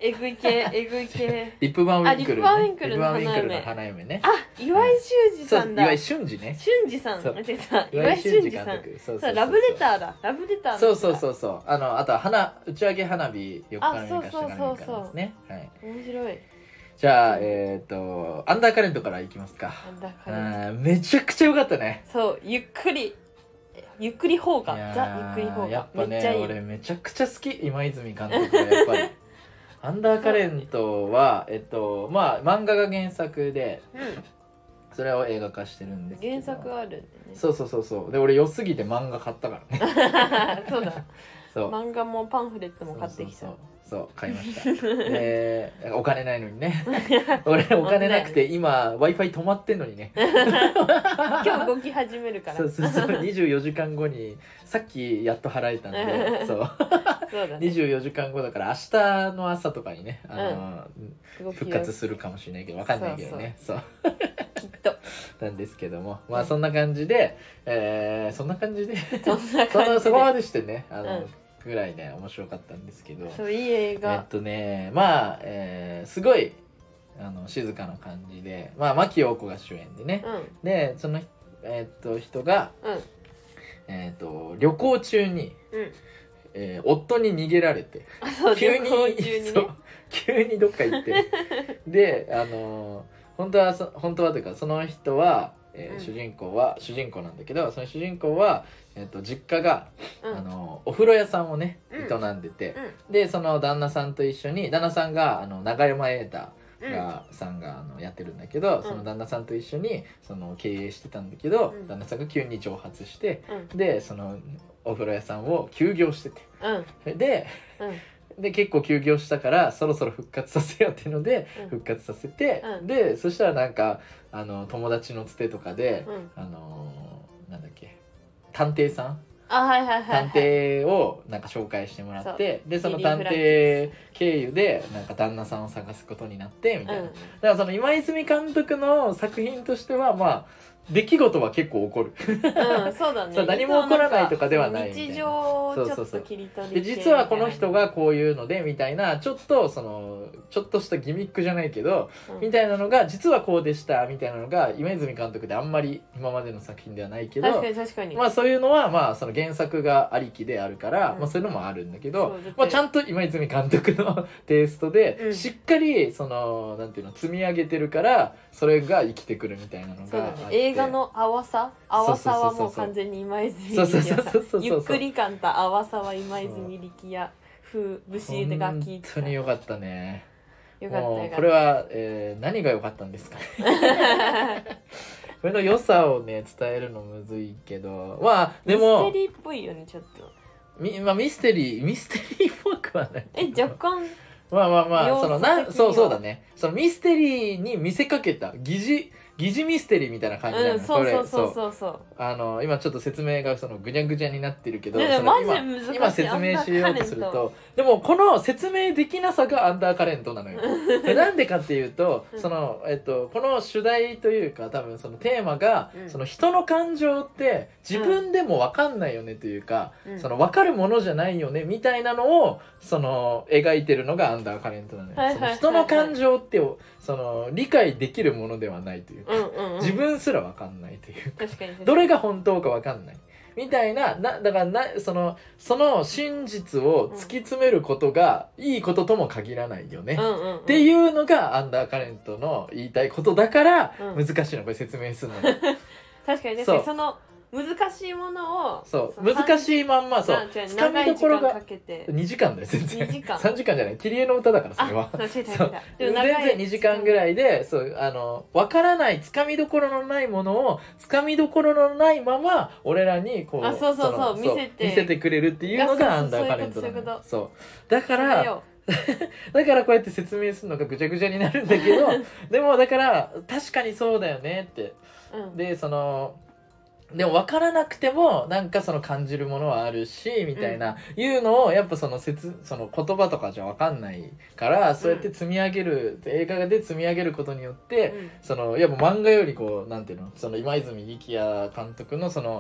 Speaker 2: えぐい系えぐい系
Speaker 1: リップバンウィンクル、ね、
Speaker 2: リップバンウィンクルの
Speaker 1: リップバンウィンクルの
Speaker 2: 花
Speaker 1: 花嫁ね。
Speaker 2: あ、岩井俊二さんだ。
Speaker 1: 岩井俊二ね。
Speaker 2: 俊二さん。
Speaker 1: そう
Speaker 2: 間違えた。
Speaker 1: 岩井
Speaker 2: 岩井俊二さん。
Speaker 1: 俊二監督。そうそうそう。
Speaker 2: ラブレターだ。ラブレターの。
Speaker 1: そうそうそうそう。あのあとは花打ち上げ花火よっかからみかしたからみかですね。はい。
Speaker 2: 面白い。
Speaker 1: じゃあえっ、ー、とアンダーカレントからいきますか。
Speaker 2: アンダーカレント。
Speaker 1: めちゃくちゃ良かったね。
Speaker 2: そうゆっくり。ゆっくり放課ザゆっくり放課。
Speaker 1: やっぱね
Speaker 2: めっちゃいい。
Speaker 1: 俺めちゃくちゃ好き今泉監督がやっぱり。アンダーカレントは、えっとまあ漫画が原作で、うん、それを映画化してるんですけど。
Speaker 2: 原作あるんでね。
Speaker 1: そうそうそうそう。で俺良すぎて漫画買ったから
Speaker 2: ね。そうだ。
Speaker 1: そう。
Speaker 2: 漫画もパンフレットも買ってきた。そうそう
Speaker 1: そうそう買いました。でお金ないのにね。俺お金なくて今 Wi-Fi 止まってんのにね。
Speaker 2: 今日動き始めるから。
Speaker 1: そうそうそうにじゅうよじかんごにさっきやっと払えたんで、そう。そうだね、にじゅうよじかんごだから明日の朝とかにね、あの、うん、復活するかもしれないけどわかんないけどね。そうそうきっとなんですけども、まあそんな感じで、えー、そんな感じでそんな感じでそこまでしてね、あの、うん、ぐらいね面白かったんですけど、
Speaker 2: そういい映画。
Speaker 1: えっとねまあ、えー、すごいあの静かな感じで、まあ牧陽子が主演でね、うん、でそのえー、っと人が、うん、えー、っと旅行中に、うんえー、夫に逃げられて急に、ね、そう急にどっか行ってであのー、本当はそ本当はというかその人は、えーうん、主人公は主人公なんだけどその主人公は、えー、と実家が、うん、あのー、お風呂屋さんをね営んでて、うんうん、でその旦那さんと一緒に旦那さんがあの永山瑛太が、うん、さんがあのやってるんだけど、うん、その旦那さんと一緒にその経営してたんだけど、うん、旦那さんが急に蒸発して、うん、でそのお風呂屋さんを休業してて、うん、で、うん、で結構休業したからそろそろ復活させようっていうので、うん、復活させて、うん、でそしたらなんかあの友達のつてとかで、うん、あのー、なんだっけ探偵さん
Speaker 2: あ、はいはいはいはい、
Speaker 1: 探偵をなんか紹介してもらってでその探偵経由でなんか旦那さんを探すことになってみたいな、うん、だからその今泉監督の作品としてはまあ出来事は結構起こる
Speaker 2: うんそうだね
Speaker 1: そう何も起こらないとかではない
Speaker 2: 日常をちょっと切り取り
Speaker 1: で実はこの人がこういうのでみたいなちょっとそのちょっとしたギミックじゃないけど、うん、みたいなのが実はこうでしたみたいなのが今泉監督であんまり今までの作品ではないけど
Speaker 2: 確かに確かに
Speaker 1: まあそういうのはまあその原作がありきであるから、うん、まあそういうのもあるんだけど、まあ、ちゃんと今泉監督のテイストで、うん、しっかりそのなんていうの積み上げてるからそれが生きてくるみたいなのがあって、
Speaker 2: 映画の淡さ淡さはもう完全に今泉力也ゆっくり感と淡さは今泉力也風節が効いて
Speaker 1: 本当に良かったね
Speaker 2: よかったよかった
Speaker 1: これは、えー、何が良かったんですかこれの良さをね伝えるのむずいけどまあでも
Speaker 2: ミステリーっぽいよねちょっと
Speaker 1: み、まあ、ミステリーミステリーっぽくはない
Speaker 2: え若干
Speaker 1: まあまあまあそのなそうそうだねそのミステリーに見せかけた疑似疑似ミステリーみたいな感じだよね、
Speaker 2: うん、そうそうそうそうそう
Speaker 1: あの今ちょっと説明がそのぐにゃぐにゃになってるけど、
Speaker 2: ね、マジで難しい
Speaker 1: 今説明しようとするとでもこの説明できなさがアンダーカレントなのよなんでかっていうとその、えっと、この主題というか多分そのテーマが、うん、その人の感情って自分でも分かんないよねというか、うん、その分かるものじゃないよねみたいなのをその描いてるのがアンダーカレントなのよ、はいはいはいはい、その人の感情ってその理解できるものではないというか、うんうんうん、自分すら分かんないというか、
Speaker 2: 確かに
Speaker 1: どれが本当か分かんないみたいな、なだからなそのその真実を突き詰めることがいいこととも限らないよね、うんうんうん、っていうのがアンダーカレントの言いたいことだから難しいのこれ説明するのが
Speaker 2: 確かに確かにその難しいものを
Speaker 1: そう難しいまんまそう
Speaker 2: つかみどころが
Speaker 1: にじかんだよ全然
Speaker 2: にじかん
Speaker 1: さんじかんじゃない切り絵の歌だからそれは
Speaker 2: そう全
Speaker 1: 然にじかんぐらいでそうあの分からないつかみどころのないものをつかみどころのないまま俺らにこう
Speaker 2: あそうそうそう見せて
Speaker 1: 見せてくれるっていうのがアンダーカレントなのそうだからだからこうやって説明するのがぐちゃぐちゃになるんだけどでもだから確かにそうだよねって、うん、でそのでも分からなくてもなんかその感じるものはあるしみたいな、うん、いうのをやっぱその説その言葉とかじゃ分かんないからそうやって積み上げる、うん、映画で積み上げることによって、うん、そのやっぱ漫画よりこうなんていうのその今泉力也監督のその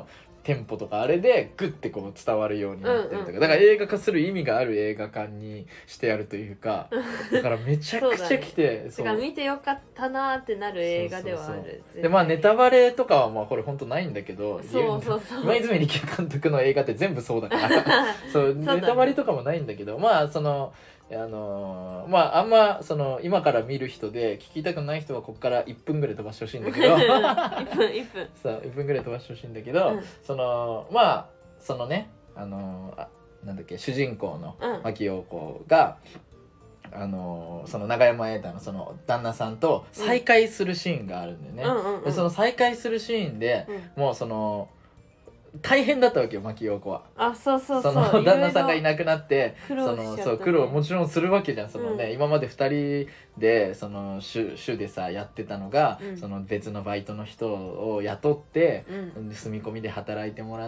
Speaker 1: テンポとかあれでグッてこう伝わるようになってるとか、
Speaker 2: うんうん、
Speaker 1: だから映画化する意味がある映画館にしてやるというかだからめちゃくちゃ来て
Speaker 2: そうだね、見てよかったなってなる映画ではある。そうそう
Speaker 1: そうでまあネタバレとかはまあこれ本当ないんだけど、
Speaker 2: そうそうそう、
Speaker 1: 今泉力也監督の映画って全部そうだからそう、ネタバレとかもないんだけど、まあそのあのー、まああんまその今から見る人で聞きたくない人はここからいっぷんぐらい飛ばしてほしいんだけどいっ
Speaker 2: ぷんいっぷん
Speaker 1: そういっぷんぐらい飛ばしてほしいんだけど、うん、そのまあそのねあのー、あなんだっけ主人公の牧陽子が、うん、あのー、その永山瑛太のその旦那さんと再会するシーンがあるんだよね、うんうんうん、でその再会するシーンで、うん、もうその大変だったわけよ牧陽子は。
Speaker 2: あ、そうそうそう、
Speaker 1: その旦那さんがいなくなって
Speaker 2: 苦労しちゃったね、
Speaker 1: そのそう苦労もちろんするわけじゃん。その、ね、うん、今までふたりでその主主でさやってたのが、うん、その別のバイトの人を雇って、うん、住み込みで働いてもらって、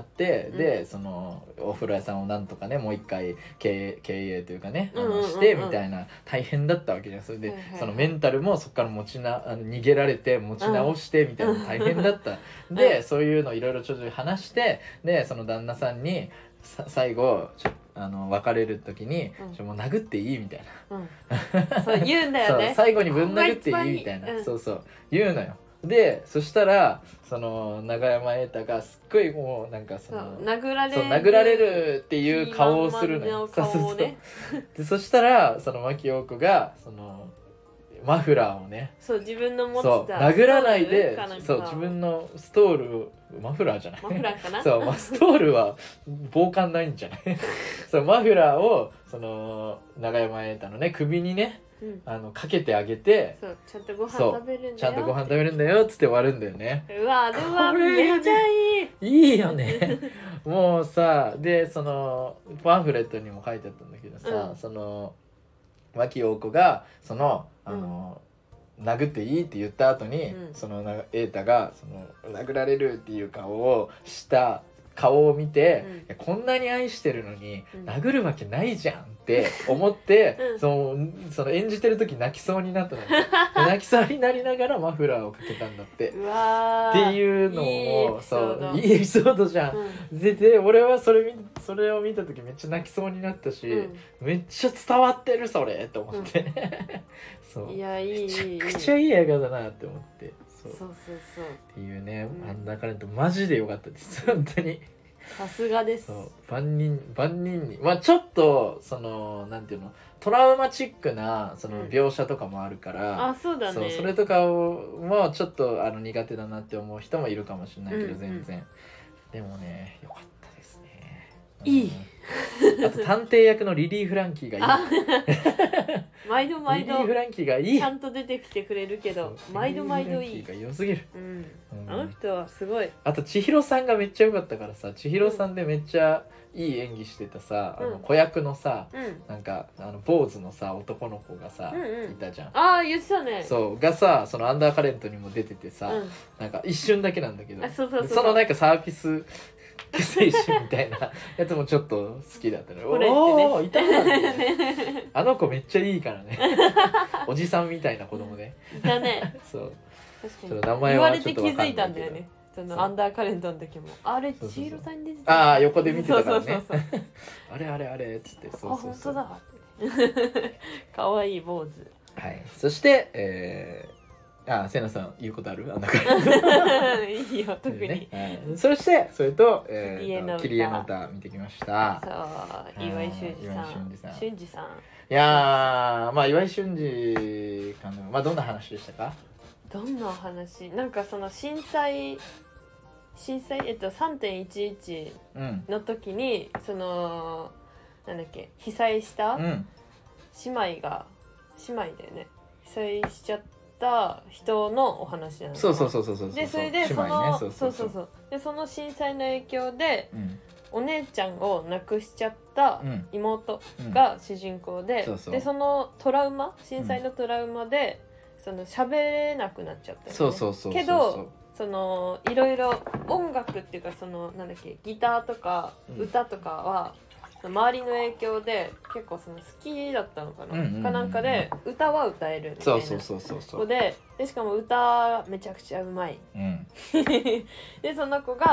Speaker 1: うん、でそのお風呂屋さんをなんとかねもう一回経営、経営というかね、あのしてみたいな大変だったわけじゃん。それで、はいはいはい、そのメンタルもそこから持ちなあの逃げられて持ち直してみたいな大変だった、うん、で、うん、そういうのいろいろ徐々に話してでその旦那さんに最後ちょあの別れる時に、うん、ちょもう殴っていいみたいな、
Speaker 2: うん、そう言うんだよね
Speaker 1: そう最後にぶん殴っていいみたいな、うん、そうそう言うのよ。でそしたらその永山瑛太がすっごいもうなんかその
Speaker 2: 殴られる
Speaker 1: 殴られるっていう顔をするのよ。
Speaker 2: 顔をね、
Speaker 1: そうそうそうでそしたらその牧陽子がそのマフラーをね
Speaker 2: そう自分の持ってた
Speaker 1: 殴らないでそう自分のストールをマフラーじゃない
Speaker 2: マフラーかな
Speaker 1: そう、まあ、ストールは防寒ないんじゃないそうマフラーをその永山瑛太のね首にね、うん、あのかけてあげて
Speaker 2: そうちゃんとご飯食べるんだよ
Speaker 1: ちゃんとご飯食べるんだよっつって終わるんだよね。
Speaker 2: うわあれはめっちゃい
Speaker 1: いいいよねもうさでそのパンフレットにも書いてあったんだけどさ、うん、その牧陽子がそのあの、うん、殴っていいって言った後に、うん、その瑛太がその殴られるっていう顔をした顔を見て、うん、いやこんなに愛してるのに、うん、殴るわけないじゃんって思って、うん、そのその演じてる時泣きそうになったの泣きそうになりながらマフラーをかけたんだって
Speaker 2: うわ
Speaker 1: っていうのをそういいエピソードじゃん、うん、で, で俺はそれそれを見た時めっちゃ泣きそうになったし、うん、めっちゃ伝わってるそれと思って、うん、そう
Speaker 2: いやいい
Speaker 1: めちゃくちゃいい映画だなって思って
Speaker 2: そうそうそうそう
Speaker 1: っていうね、うん、アンダーカレントマジで良かったです本当に
Speaker 2: さすがです。
Speaker 1: そう万人万人にまあちょっとそのなんていうのトラウマチックなその描写とかもあるから、
Speaker 2: うん、あそうだね
Speaker 1: そうそれとかをもうちょっとあの苦手だなって思う人もいるかもしれないけど、うんうん、全然でもね良かったですね、
Speaker 2: うん、いい
Speaker 1: あと探偵役のリリー・フランキーがいい
Speaker 2: 毎度毎度
Speaker 1: リリー・フランキーがいい
Speaker 2: ちゃんと出てきてくれるけど毎度毎度いい
Speaker 1: リリー・フランキーが良すぎる、
Speaker 2: うんうん、あの人はすごい。
Speaker 1: あと千尋さんがめっちゃ良かったからさ千尋さんでめっちゃいい演技してたさ、うん、あの子役のさ、うん、なんかあの坊主のさ男の子がさ、うんうん、いたじゃん。
Speaker 2: ああ言ってたね。
Speaker 1: そうがさそのアンダーカレントにも出ててさ、うん、なんか一瞬だけなんだけど、
Speaker 2: そうそうそう
Speaker 1: そのなんかサービス精神みたいなやつもちょっと好きだったね。
Speaker 2: これってね、
Speaker 1: おおいたねあの子めっちゃいいからねおじさんみたいな子供ね
Speaker 2: いたね
Speaker 1: そう
Speaker 2: 確かに名前はちょっと分かんないけど言われて気づいたんだよね。そのアンダーカレントの時もあれ千尋さんに出てた、
Speaker 1: ああ横で見てたからね
Speaker 2: そうそうそうそう
Speaker 1: あれあれあれっつってそうそうそう
Speaker 2: あ本当だってかわいい坊主。
Speaker 1: はいそしてえーあ、セナさん言うことある？あんな感
Speaker 2: じ。いいよ特に、ね
Speaker 1: はい。そしてそれと、えー、キリエの歌見てきました。
Speaker 2: そう岩井俊二さん。俊二さん。俊二さん。い
Speaker 1: やまあ岩井俊二かな。まあどんな話でしたか？
Speaker 2: どんな話？なんかその震災震災えっと さんてんいちいち の時に、うん、そのなんだっけ被災した姉妹が、うん、姉妹だよね。被災しちゃった人のお話なの。
Speaker 1: そうそうそうそうそう。
Speaker 2: でそれでそのそうそうそうでその震災の影響で、うん、お姉ちゃんを亡くしちゃった妹が主人公で、うんうん、そうそうでそのトラウマ震災のトラウマで、うん、その喋れなくなっちゃったよね。
Speaker 1: そうそうそうそうそう。
Speaker 2: けどそのいろいろ音楽っていうかそのなんだっけギターとか歌とかは、うん、周りの影響で結構その好きだったのかな、うんうんうん、かなんかで歌は歌えるみたいな。
Speaker 1: そうそうそうそう
Speaker 2: ででしかも歌めちゃくちゃうまい、うん、でその子が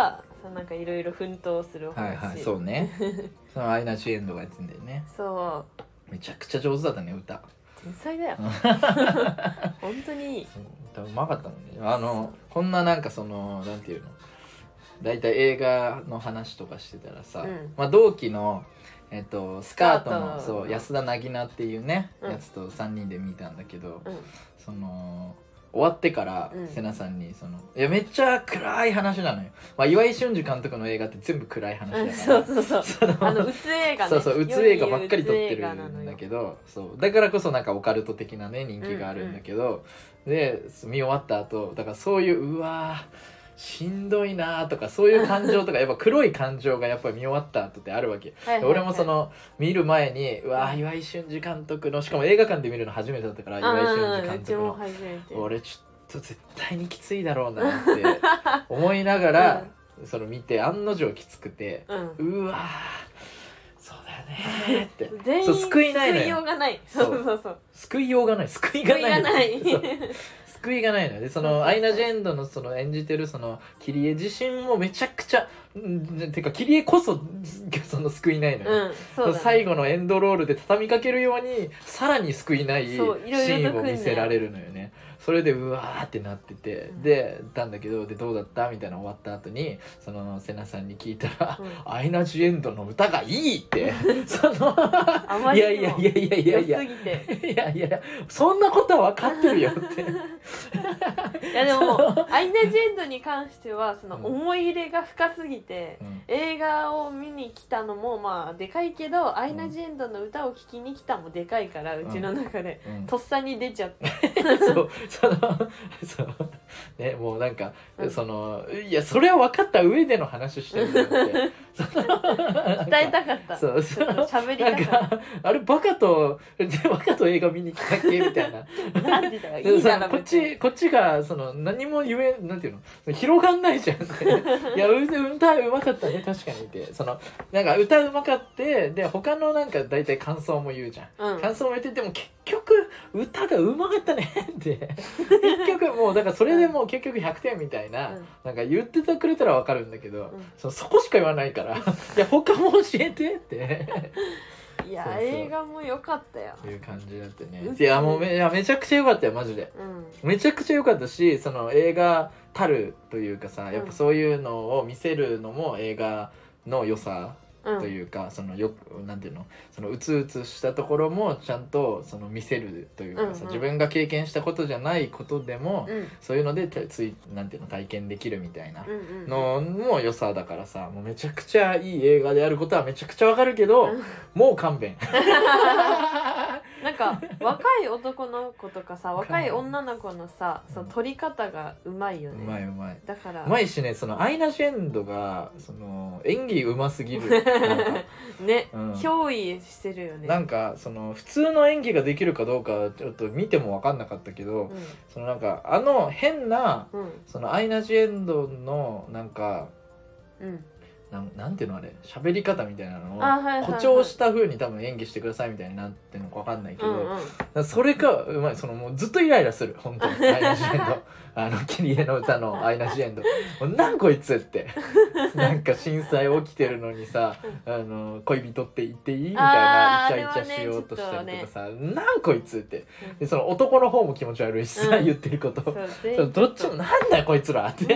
Speaker 2: なんかいろいろ奮闘するお話。
Speaker 1: はいはい、そうねそのアイナ・ジ・エンドがやってんだよね。
Speaker 2: そう
Speaker 1: めちゃくちゃ上手だったね歌。
Speaker 2: 天才だよ本当にいい。
Speaker 1: 歌うまかったもんね。あのこんななんかそのなんていうの、だいたい映画の話とかしてたらさ、うん、まあ、同期の、えっと、スカートのそう安田凪菜っていうね、うん、やつとさんにんで見たんだけど、うん、その終わってから瀬名さんにその、いやめっちゃ暗い話なのよ、まあ、岩井俊二監督の映画って全部暗い話だから、うん、
Speaker 2: そうそうそうそのあのうつ映画ね、
Speaker 1: そうそううつ映画ばっかり撮ってるんだけど、そうだからこそなんかオカルト的なね人気があるんだけど、うんうん、で見終わった後だからそういううわーしんどいなとかそういう感情とかやっぱ黒い感情がやっぱり見終わった後ってあるわけはいはい、はい、俺もその見る前にうわ岩井俊二監督のしかも映画館で見るの初めてだったから岩井俊二監督の俺ちょっと絶対にきついだろうなって思いながら、うん、その見て案の定きつくて、うん、うわそうだよねって
Speaker 2: 全員そう救いないのよ、救いようがないそうそうそう
Speaker 1: 救いようがない救いがない救いがないので、そのアイナ・ジ・エンドのその演じてるそのキリエ自身もめちゃくちゃてかキリエこそその救いないのよ、うんそうだね、最後のエンドロールで畳みかけるようにさらに救いないシーンを見せられるのよね。それでうわーってなってて、うん、でたんだけどでどうだったみたいな終わった後にその瀬名さんに聞いたら、うん、アイナ・ジ・エンドの歌がいいってそのいやいやいやいやいやいやいやいやそんなことは分かってるよって
Speaker 2: いやでもアイナ・ジ・エンドに関してはその思い入れが深すぎて、うん、映画を見に来たのもまあでかいけど、うん、アイナ・ジ・エンドの歌を聴きに来たもでかいからうちの中で、うん、とっさに出ちゃって
Speaker 1: そうそのそうねもうなんか、うん、そのいやそれは分かった上での話してるんだって伝
Speaker 2: えたかった
Speaker 1: そうその喋りたかったなんかあれバカとバカと映画見に来たっけみたいな
Speaker 2: なんでだよいいなら
Speaker 1: こっちこっちがその何も言えなんていうの広がんないじゃんっていや歌うまかったね確かにってそのなんか歌うまかってで他のなんか大体感想も言うじゃん、うん、感想も言ってても結局歌がうまかったねって結局もうだからそれでもう結局ひゃくてんみたいな、うん、なんか言っててくれたら分かるんだけど、うん、そ, そこしか言わないからいや他も教えてって
Speaker 2: いやそうそう映画も良かったよ
Speaker 1: っていう感じだってねいやもう め, いやめちゃくちゃ良かったよマジで、うん、めちゃくちゃ良かったしその映画たるというかさやっぱそういうのを見せるのも映画の良さというか、うん、そのよなんていうのそのうつうつしたところもちゃんとその見せるというかさ、うんうん、自分が経験したことじゃないことでも、うん、そういうのでついなんていうの体験できるみたいなのも良さだからさもうめちゃくちゃいい映画であることはめちゃくちゃわかるけど、うん、もう勘弁
Speaker 2: なんか若い男の子とかさ若い女の子のさその撮り方がうまいよね。
Speaker 1: うまいうまい
Speaker 2: だから
Speaker 1: うまいしねそのアイナ・ジ・エンドがその演技うますぎるなんか
Speaker 2: ね、うん、憑依してるよね。
Speaker 1: なんかその普通の演技ができるかどうかちょっと見ても分かんなかったけど、うん、そのなんかあの変な、うん、そのアイナ・ジ・エンドのなんか、うんな, なんていうのあれ喋り方みたいなのを誇張した風に多分演技してくださいみたいになってるのか分かんないけど、うんうん、それかうまいそのもうずっとイライラする本当にアイナ・ジ・エンドあのキリエの歌のアイナ・ジ・エンドなんこいつってなんか震災起きてるのにさあの恋人って言っていいみたいなイチャイチャしようとしたりとかさ、ね、なんこいつってでその男の方も気持ち悪いしさ、うん、言ってることそうどっちもなんだよこいつらって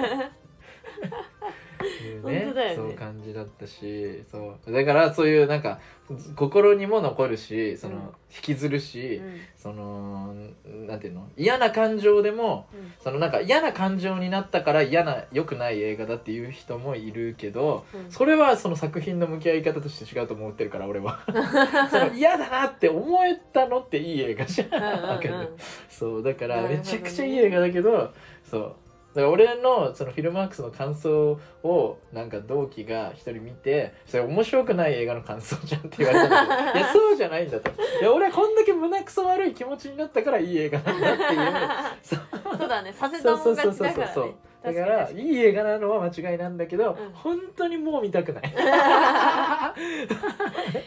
Speaker 1: ね、本当だよね、そう感じだったしそうだからそういうなんか心にも残るしその、うん、引きずるし、うん、そのなんていうの嫌な感情でも、うん、そのなんか嫌な感情になったから嫌な良くない映画だっていう人もいるけど、うん、それはその作品の向き合い方として違うと思ってるから俺はその嫌だなって思えたのっていい映画じゃんわかるそうだからめちゃくちゃいい映画だけどそうだから俺のそのフィルマークスの感想をなんか同期が一人見てそれ面白くない映画の感想じゃんって言われたんだけどいやそうじゃないんだといや俺はこんだけ胸くそ悪い気持ちになったからいい映画なんだっていう
Speaker 2: そうそうだねさせたもん勝ちだからね
Speaker 1: だからいい映画なのは間違いなんだけど、うん、本当にもう見たくない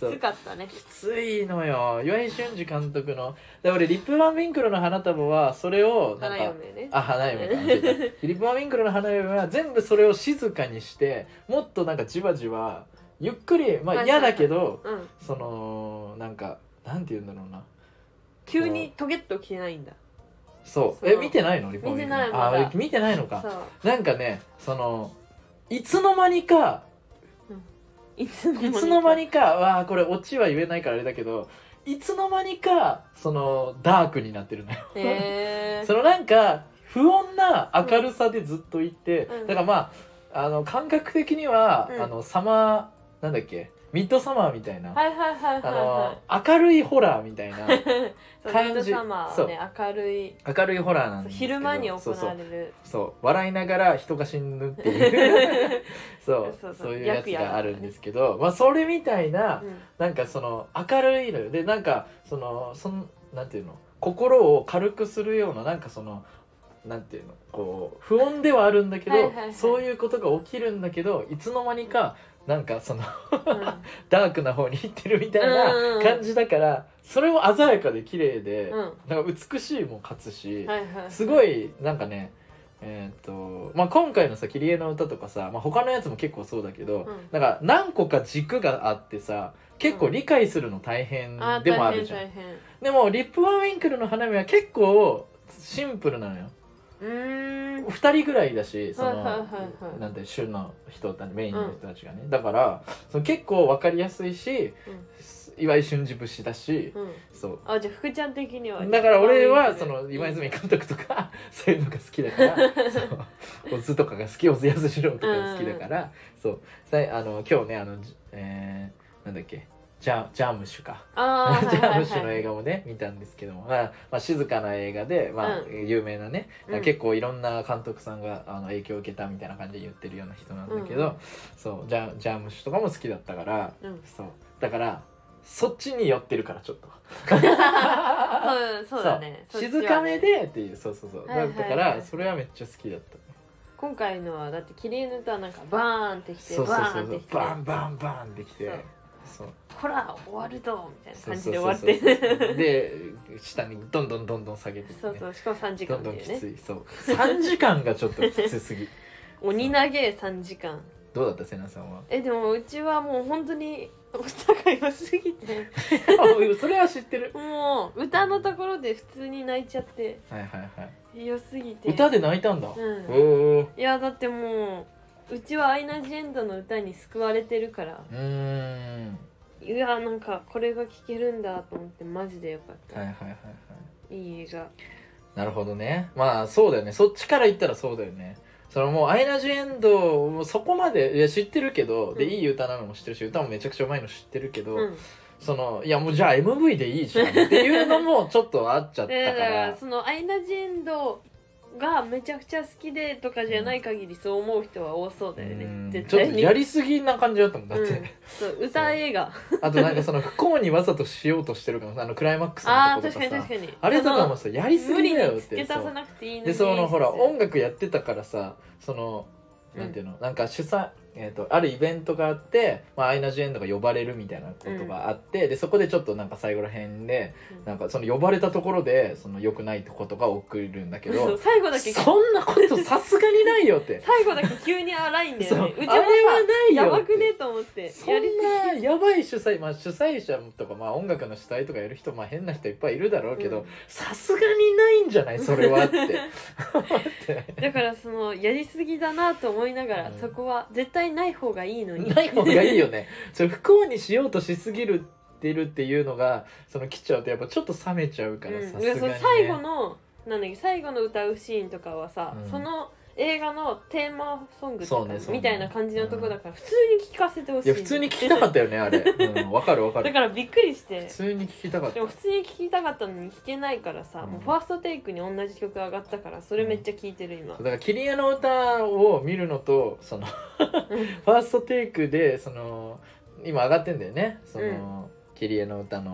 Speaker 2: つかったね。
Speaker 1: きついのよ。岩井俊二監督ので俺リップマンウィンクルの花束はそれをなんか
Speaker 2: 花嫁ね。
Speaker 1: あ花嫁かリップマンウィンクルの花嫁は全部それを静かにしてもっとなんかじわじわゆっくりまあ嫌だけど、
Speaker 2: うん、そ
Speaker 1: のなんかなんて言うんだろうな
Speaker 2: 急にトゲッと来てないんだ。
Speaker 1: そうえ見てないのリップマンウィンクル
Speaker 2: 見てないまだ
Speaker 1: あ見てないのか。なんかねそのいつの間にか
Speaker 2: いつの間にか
Speaker 1: いつの間にかわあこれオチは言えないからあれだけどいつの間にかそのダークになってるのよ。
Speaker 2: へー
Speaker 1: そのなんか不穏な明るさでずっといて、
Speaker 2: うん、
Speaker 1: だからまああの感覚的には、うん、あのサマーなんだっけミッドサマーみたいな、
Speaker 2: はいはいはいはい、はい、
Speaker 1: あの明るいホラーみたいな
Speaker 2: 感じ。ミッドサマーはね明るい
Speaker 1: 明るいホラーなんですけど
Speaker 2: 昼間に行われるそうそう
Speaker 1: そう笑いながら人が死ぬっていうそうそうそういうやつがあるんですけど、まあそれみたいな、うん、なんかその明るいのでなんかそのそのなんていうの心を軽くするようななんかそのなんていうのこう不穏ではあるんだけど、はいはいはい、そういうことが起きるんだけどいつの間にかなんかそのうん、ダークな方に行ってるみたいな感じだから、うんうん、それも鮮やかで綺麗で、うん、なんか美しいも勝つし、はいはいはい、すごいなんかねえーとまあ、今回のさ「キリエの歌」とかさ、まあ、他のやつも結構そうだけど、うん、なんか何個か軸があってさ結構理解するの大変でもあるじゃん、うん、でもリップワンウィンクルの花見は結構シンプルなのよ。うーんふたりぐらいだしその、はいはいはいはい、なんて主の人だメインの人たちがね、うん、だからその結構分かりやすいし、うん、岩井俊二節だし、うん、そう
Speaker 2: あじゃあ福ちゃん的には
Speaker 1: だから俺はその今泉監督とか、うん、そういうのが好きだからそうオズとかが好き小津安二郎とかが好きだから、うん、そうさあの今日ねあの、えー、なんだっけジャジャームッシュかジャームッシュの映画をね見たんですけども、まあまあ、静かな映画で、まあうん、有名なね、うん、結構いろんな監督さんがあの影響を受けたみたいな感じで言ってるような人なんだけど、うん、そうジャジャームッシュとかも好きだったから、うん、そうだからそっちに寄ってるからちょっとそう
Speaker 2: そうだね
Speaker 1: 静かめでっていうそうそうそう、はいはいはい、だからそれはめっちゃ好きだった。
Speaker 2: 今回のはだってキリエの歌はなんかバーンってきて
Speaker 1: そうそうそうそうバーンってきてバンバンバンってきて
Speaker 2: そうほら終わるぞみたいな感じで終わって
Speaker 1: で下にどんどんどんどん下げて、ね、
Speaker 2: そうそうしかもさんじかんっていうね
Speaker 1: どんどんきついそうさんじかんがちょっときつすぎ
Speaker 2: 鬼投げさんじかん
Speaker 1: どうだったセナさんは。
Speaker 2: えでもうちはもう本当に歌が良すぎて
Speaker 1: それは知ってる
Speaker 2: もう歌のところで普通に泣いちゃって
Speaker 1: はいはいはい
Speaker 2: 良すぎて
Speaker 1: 歌で泣いたんだ、
Speaker 2: うん、いやだってもううちはアイナ・ジ・エンドの歌に救われてるからうーんいやなんかこれが聴けるんだと思ってマジでよかった。
Speaker 1: はいはいはいはい
Speaker 2: いい映画。
Speaker 1: なるほどね。まあそうだよね。そっちから言ったらそうだよね。そのもうアイナ・ジ・エンドもそこまでいや知ってるけど、うん、でいい歌なのも知ってるし歌もめちゃくちゃうまいの知ってるけど、うん、そのいやもうじゃあ エムブイ でいいじゃんっていうのもちょっとあっちゃったから。だから
Speaker 2: そのアイナ・ジ・エンドがめちゃくちゃ好きでとかじゃない限りそう思う人は多そうだよね、うん、絶対にちょっと
Speaker 1: やりすぎな感じだったもんだって、うん、
Speaker 2: そう歌映画
Speaker 1: あとなんかその不幸にわざとしようとしてるかもあのクライマックスのところとかさ あ, 確かに確かにあれとかもさやりすぎだよって無理に付け足さなくていいのにでそのほら音楽やってたからさそのなんていうの、うん、なんか主催えー、とあるイベントがあって、まあ、アイナ・ジ・エンドが呼ばれるみたいなことがあって、うん、でそこでちょっとなんか最後らへんで、うん、なんかその呼ばれたところでその良くないことが起きるんだけど
Speaker 2: 最後だけ
Speaker 1: そんなことさすがにないよって
Speaker 2: 最後だけ急に荒いんだよねうちもさ
Speaker 1: あれはないよ
Speaker 2: やばくねと思って
Speaker 1: そんなやばい主催、まあ、主催者とか、まあ、音楽の主催とかやる人、まあ、変な人いっぱいいるだろうけどさすがにないんじゃないそれはって
Speaker 2: だからそのやりすぎだなと思いながら、うん、そこは絶対ない方がいいのに
Speaker 1: ない方がいいよねそれ不幸にしようとしすぎるってるっていうのがその来ちゃうとやっぱちょっと冷めちゃうからさすがに、ね、
Speaker 2: 最後のなんだっけ最後の歌うシーンとかはさ、うん、その映画のテーマソングとか、ねね、みたいな感じのとこだから、うん、普通に聴かせてほしい。
Speaker 1: いや普通に聴きたかったよねあれうん、わかるわかる
Speaker 2: だからびっくりして
Speaker 1: 普通に聴きたかった
Speaker 2: でも普通に聴きたかったのに聴けないからさ、うん、もうファーストテイクに同じ曲上がったからそれめっちゃ聴いてる今、
Speaker 1: うん、だからキリエの歌を見るのとそのファーストテイクでその今上がってんだよねその、うん、キリエの歌のあ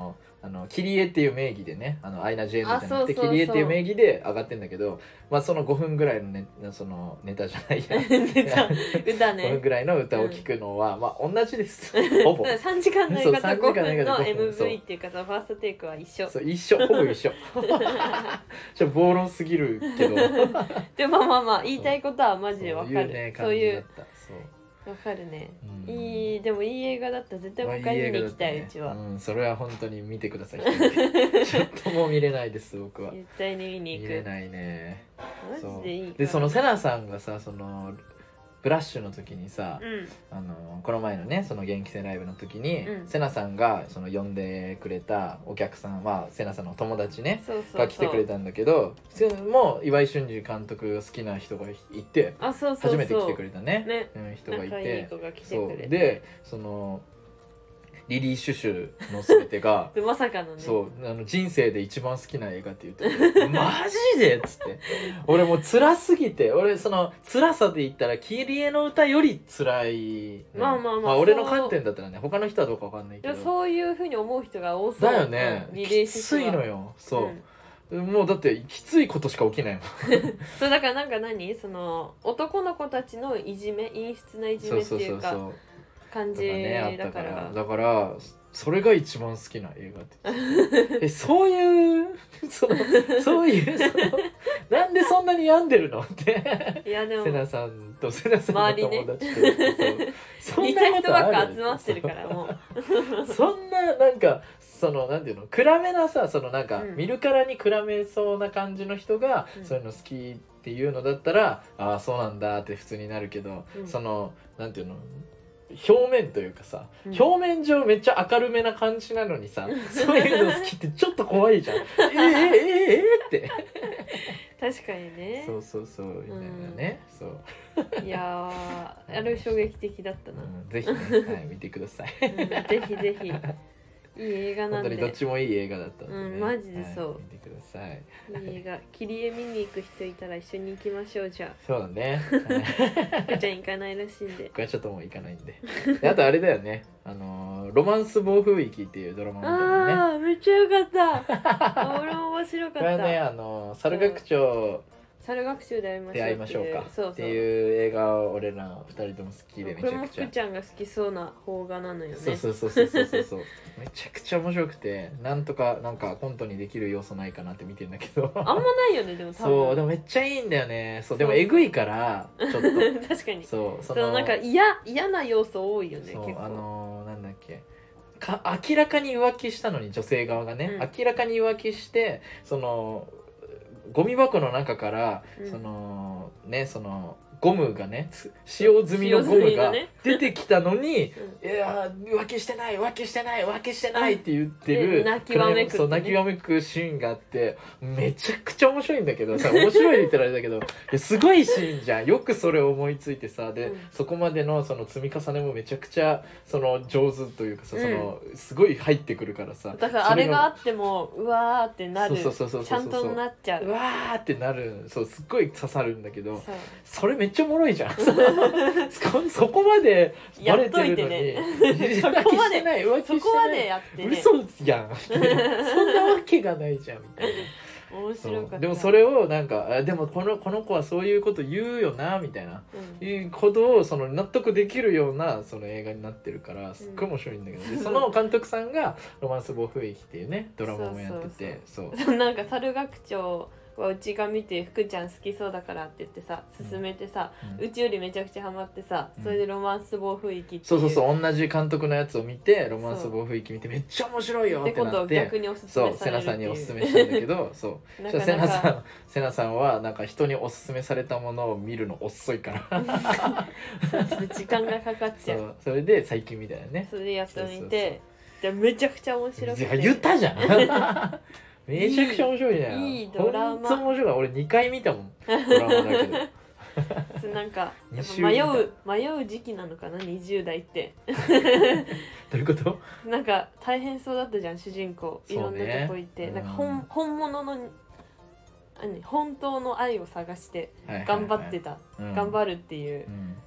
Speaker 1: あのキリエっていう名義でね、あのアイナ・ジ・エンドじゃなくてキリエっていう名義で上がってんだけど、まあそのごふんぐらいの、ね、そのネタじゃないや
Speaker 2: ネタ歌ね
Speaker 1: ごふんぐらいの歌を聴くのは、うん、まあ同じですほぼ
Speaker 2: さんじかんの映画とごふんの エムブイ っていうかそのファーストテイクは一緒。
Speaker 1: そう一緒、ほぼ一緒ちょっと暴論すぎるけど
Speaker 2: でもまあまあまあ言いたいことはマジでわかる。
Speaker 1: そういうね感じだった。そう
Speaker 2: わかるね、
Speaker 1: うん、
Speaker 2: いいでもいい映画だったら絶対もう一回見に行きたい、ね、うちは、
Speaker 1: うん、それは本当に見てくださいちょっともう見れないです僕は。
Speaker 2: 絶対に見に行く。
Speaker 1: 見れないね。
Speaker 2: マジでいいか
Speaker 1: でそのセナさんがさそのブラッシュの時にさ、
Speaker 2: うん、
Speaker 1: あのこの前のねその元気戦ライブの時に、うん、セナさんがその呼んでくれたお客さんはセナさんの友達ね
Speaker 2: そうそうそう
Speaker 1: が来てくれたんだけど、もう岩井俊二監督が好きな人がいて、
Speaker 2: あそうそうそう
Speaker 1: 初めて来てくれたね、
Speaker 2: ね
Speaker 1: うん、人がいて、
Speaker 2: いい子が来てくれて、
Speaker 1: そうでそのリリー・シュシュの全てが
Speaker 2: まさかのね、
Speaker 1: そうあの人生で一番好きな映画って言っててマジでっつって俺もう辛すぎて、俺その辛さで言ったらキリエの歌より辛い、ね、
Speaker 2: まあまあまあ、ま
Speaker 1: あ俺の観点だったらね、他の人はどうかわかんないけど
Speaker 2: そういうふうに思う人が多そう
Speaker 1: だよね、
Speaker 2: リリー・
Speaker 1: シュシュはきついのよそう、
Speaker 2: うん
Speaker 1: もうだってきついことしか起きないもん
Speaker 2: そうだからなんか何その男の子たちのいじめ陰湿ないじめっていうか感じだから、
Speaker 1: だからそれが一番好きな映画ってえそういうそのそういうそのなんでそんなに病んでるのって
Speaker 2: いやでも
Speaker 1: セナさんとセナさんの友達と、ね、
Speaker 2: そう似た人ばっか集まってるからもう
Speaker 1: そんななんかそのなんていうの暗めなさそのなんか、うん、見るからに暗めそうな感じの人が、うん、そういうの好きっていうのだったらああそうなんだって普通になるけど、うん、そのなんていうの表面というかさ、うん、表面上めっちゃ明るめな感じなのにさ、うん、そういうの好きってちょっと怖いじゃんえー、えー、えー、えー、って
Speaker 2: 確かにね
Speaker 1: そうそうそうみたいなね、うん、そう
Speaker 2: いやーあれ衝撃的だったな、
Speaker 1: うん、ぜひね、はい、見てください、
Speaker 2: うん、ぜひぜひいい映画なんで
Speaker 1: 本当にどっちもいい映画だったんで、ね、
Speaker 2: うん、マジでそう、はい、
Speaker 1: 見てください
Speaker 2: いい映画切り絵見に行く人いたら一緒に行きましょうじゃあ
Speaker 1: そうだね
Speaker 2: ふちゃん行かないらしいんで
Speaker 1: 僕はちょっともう行かないんでであとあれだよねあのー、ロマンス暴風域っていうドラマみたいなね
Speaker 2: ああめっちゃよかった俺も面白かった
Speaker 1: これはねあのー、猿学長
Speaker 2: 猿学習で会いましょう
Speaker 1: 出会いましょうか
Speaker 2: そうそう
Speaker 1: っていう映画を俺らふたりとも好きでめちゃくちゃこれも
Speaker 2: 福ちゃんが好きそうな邦画なのよね
Speaker 1: そうそうそうそうそうそうめちゃくちゃ面白くてなんとかなんかコントにできる要素ないかなって見てんだけど
Speaker 2: あんまないよねでも多分
Speaker 1: そうでもめっちゃいいんだよねそうでもえぐいからちょっと
Speaker 2: 確かに
Speaker 1: そう
Speaker 2: そのなんか嫌嫌な要素多いよね
Speaker 1: そう
Speaker 2: 結構
Speaker 1: あのー、なんだっけか明らかに浮気したのに女性側がね、うん、明らかに浮気してそのゴミ箱の中から、うん、そのねそのゴムがね使用済みのゴムが出てきたのに、うん、いや浮気してない浮気してない浮気してないって言ってる
Speaker 2: 泣きわめく、ね、
Speaker 1: そう泣きわめくシーンがあってめちゃくちゃ面白いんだけどさ面白いって言ったらあれだけどいやすごいシーンじゃんよくそれを思いついてさで、うん、そこまでのその積み重ねもめちゃくちゃその上手というかさ、うん、そのすごい入ってくるからさ
Speaker 2: だからあれがあってもうわーってなるちゃんとなっちゃう
Speaker 1: うわーってなるそうすっごい刺さるんだけど そ, それめっちゃおもろいじゃんそこまでバレてるのに、
Speaker 2: ね、そこまで浮気してないそこまでやってね
Speaker 1: 嘘やんそんなわけがないじゃんみたいな
Speaker 2: 面白かった
Speaker 1: でもそれをなんかでもこのこの子はそういうこと言うよなみたいな、うん、いうことをその納得できるようなその映画になってるからすっごい面白いんだけど、うん、でその監督さんが「ロマンス暴風域」っていうねドラマもやってて
Speaker 2: そうそうそうなんか猿学長はうちが見て福ちゃん好きそうだからって言ってさ勧めてさ、うん、うちよりめちゃくちゃハマってさ、うん、それでロマンス暴風域っていう
Speaker 1: そうそうそう同じ監督のやつを見てロマンス暴風域見てめっちゃ面白いよってなって
Speaker 2: 今度逆におすすめされるっていう
Speaker 1: そうセナさんにおすすめしたんだけどそうなかなかセナさんセナさんはなんか人におすすめされたものを見るの遅いから
Speaker 2: 時間がかかっちゃう
Speaker 1: そうそれで最近みたいなね
Speaker 2: それでやっと見てじゃめちゃくちゃ面白くて
Speaker 1: 言ったじゃんめちゃくちゃ面白いじゃん
Speaker 2: いいドラマ
Speaker 1: ほんと面白い俺にかい見たもんドラマだけど
Speaker 2: なんかやっぱ迷う迷う時期なのかなにじゅう代って
Speaker 1: どういうこと
Speaker 2: なんか大変そうだったじゃん主人公いろんなとこ行って、ね、なんか 本, 本物の本当の愛を探して頑張ってた、はいはいはい、頑張るっていう、うん、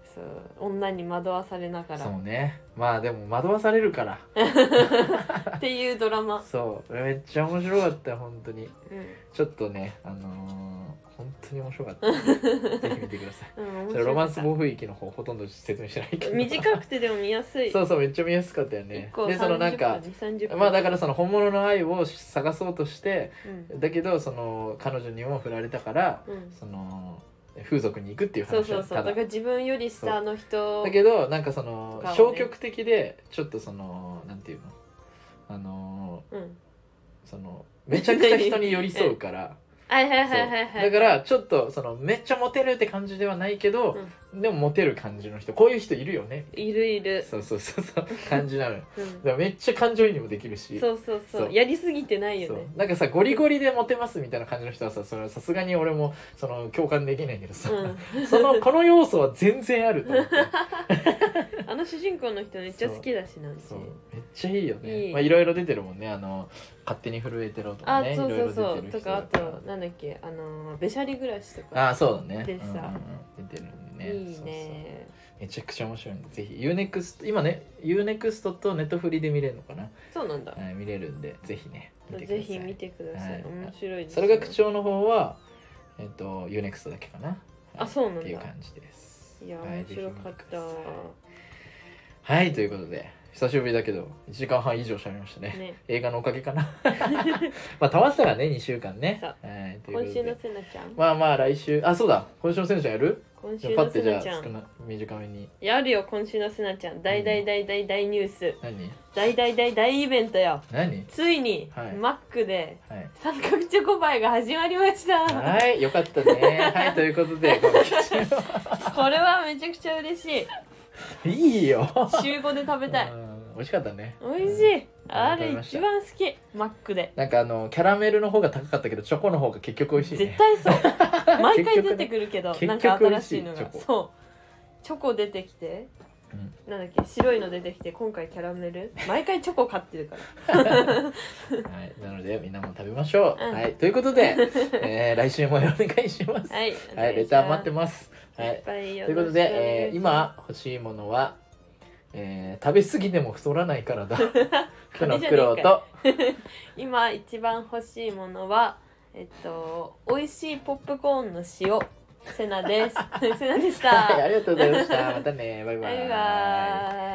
Speaker 2: そう女に惑わされながら
Speaker 1: そうねまあでも惑わされるから
Speaker 2: っていうドラマ
Speaker 1: そうめっちゃ面白かった本当に、
Speaker 2: うん、
Speaker 1: ちょっとねあのー、本当に面白かったぜひ見てください、うん、ロマンス暴風域の方ほとんど説明してないけど
Speaker 2: 短くてでも見やすい
Speaker 1: そうそうめっちゃ見やすかったよね
Speaker 2: で
Speaker 1: そのなんかまあだからその本物の愛を探そうとして、うん、だけどその彼女にも振られたから、うん、その風俗に行くっていう話
Speaker 2: そうそうそうだから自分より下の人
Speaker 1: だけどなんかその、ね、消極的でちょっとそのなんていうのあの、うん、そのめちゃくちゃ人に寄り添うから
Speaker 2: はいはいはいはいはい
Speaker 1: だからちょっとそのめっちゃモテるって感じではないけど、うん、でもモテる感じの人こういう人いるよね
Speaker 2: いるいる
Speaker 1: そうそうそうそう感じなのよ、うん、だからめっちゃ感情移入もできるし
Speaker 2: そうそうそうそうやりすぎてないよね
Speaker 1: なんかさゴリゴリでモテますみたいな感じの人はささすがに俺もその共感できないけどさ、うん、そのこの要素は全然あると思って
Speaker 2: あの主人公の人めっちゃ好きだしな
Speaker 1: そうめっちゃいいよねいい、まあ、いろいろ出てるもんねあの勝手に震えてろとかね
Speaker 2: あそうそうそうとかあとなんだっけあのべしゃり暮らしとか
Speaker 1: あそうだね
Speaker 2: でさ、うんうん
Speaker 1: うん、出てるんでね
Speaker 2: いいねそうそう
Speaker 1: めちゃくちゃ面白いんでぜひ ユーネクスト 今ね ユーネクスト とネットフリで見れるのかな
Speaker 2: そうなんだ、
Speaker 1: はい、見れるんでぜひね
Speaker 2: 見てくださいぜひ見てください、はい、面白いです、
Speaker 1: ね、それが口調の方はえっ、ー、と ユーネクスト だけかな、はい、
Speaker 2: あそうなんだ
Speaker 1: っていう感じです
Speaker 2: いや面白かった、はい、
Speaker 1: はいということで久しぶりだけどいちじかんはん以上しゃべりましたね、ね映画のおかげかなまあたまったらねにしゅうかんね、はい、
Speaker 2: 今週のせなちゃん
Speaker 1: まあまあ来週あそうだ今週のせなちゃんやる
Speaker 2: 今週のせなちゃん
Speaker 1: パッてじゃあ少な短めに
Speaker 2: やるよ今週のせなちゃん大大大大大ニュース
Speaker 1: 何
Speaker 2: 大大大大イベントよ
Speaker 1: 何
Speaker 2: ついに、
Speaker 1: はい、
Speaker 2: マックで、はい、三角チョコパイが始まりました
Speaker 1: はいよかったねはいということで
Speaker 2: これはめちゃくちゃ嬉しい
Speaker 1: いいよ
Speaker 2: 週ごで食べたい
Speaker 1: 美味しかったね
Speaker 2: 美味しい、うん、あれ一番好きマックで
Speaker 1: なんかあのキャラメルの方が高かったけどチョコの方が結局美味しい、ね、
Speaker 2: 絶対そう毎回出てくるけど、ね、なんか新しいのがそうチョコ出てきて、うん、なんだっけ白いの出てきて今回キャラメル毎回チョコ買ってるから
Speaker 1: はいなのでみんなも食べましょう、うん、はいということで、えー、来週もお願いします
Speaker 2: はい、
Speaker 1: はい、レター待ってますはい、
Speaker 2: と
Speaker 1: いうことで、えー、今欲しいものはえー、食べ過ぎでも太らないからだ苦の苦労と
Speaker 2: 今一番欲しいものはえっと美味しいポップコーンの塩セナですセナでした、
Speaker 1: はい、ありがとうございましたまたねバイバイ
Speaker 2: バイバイ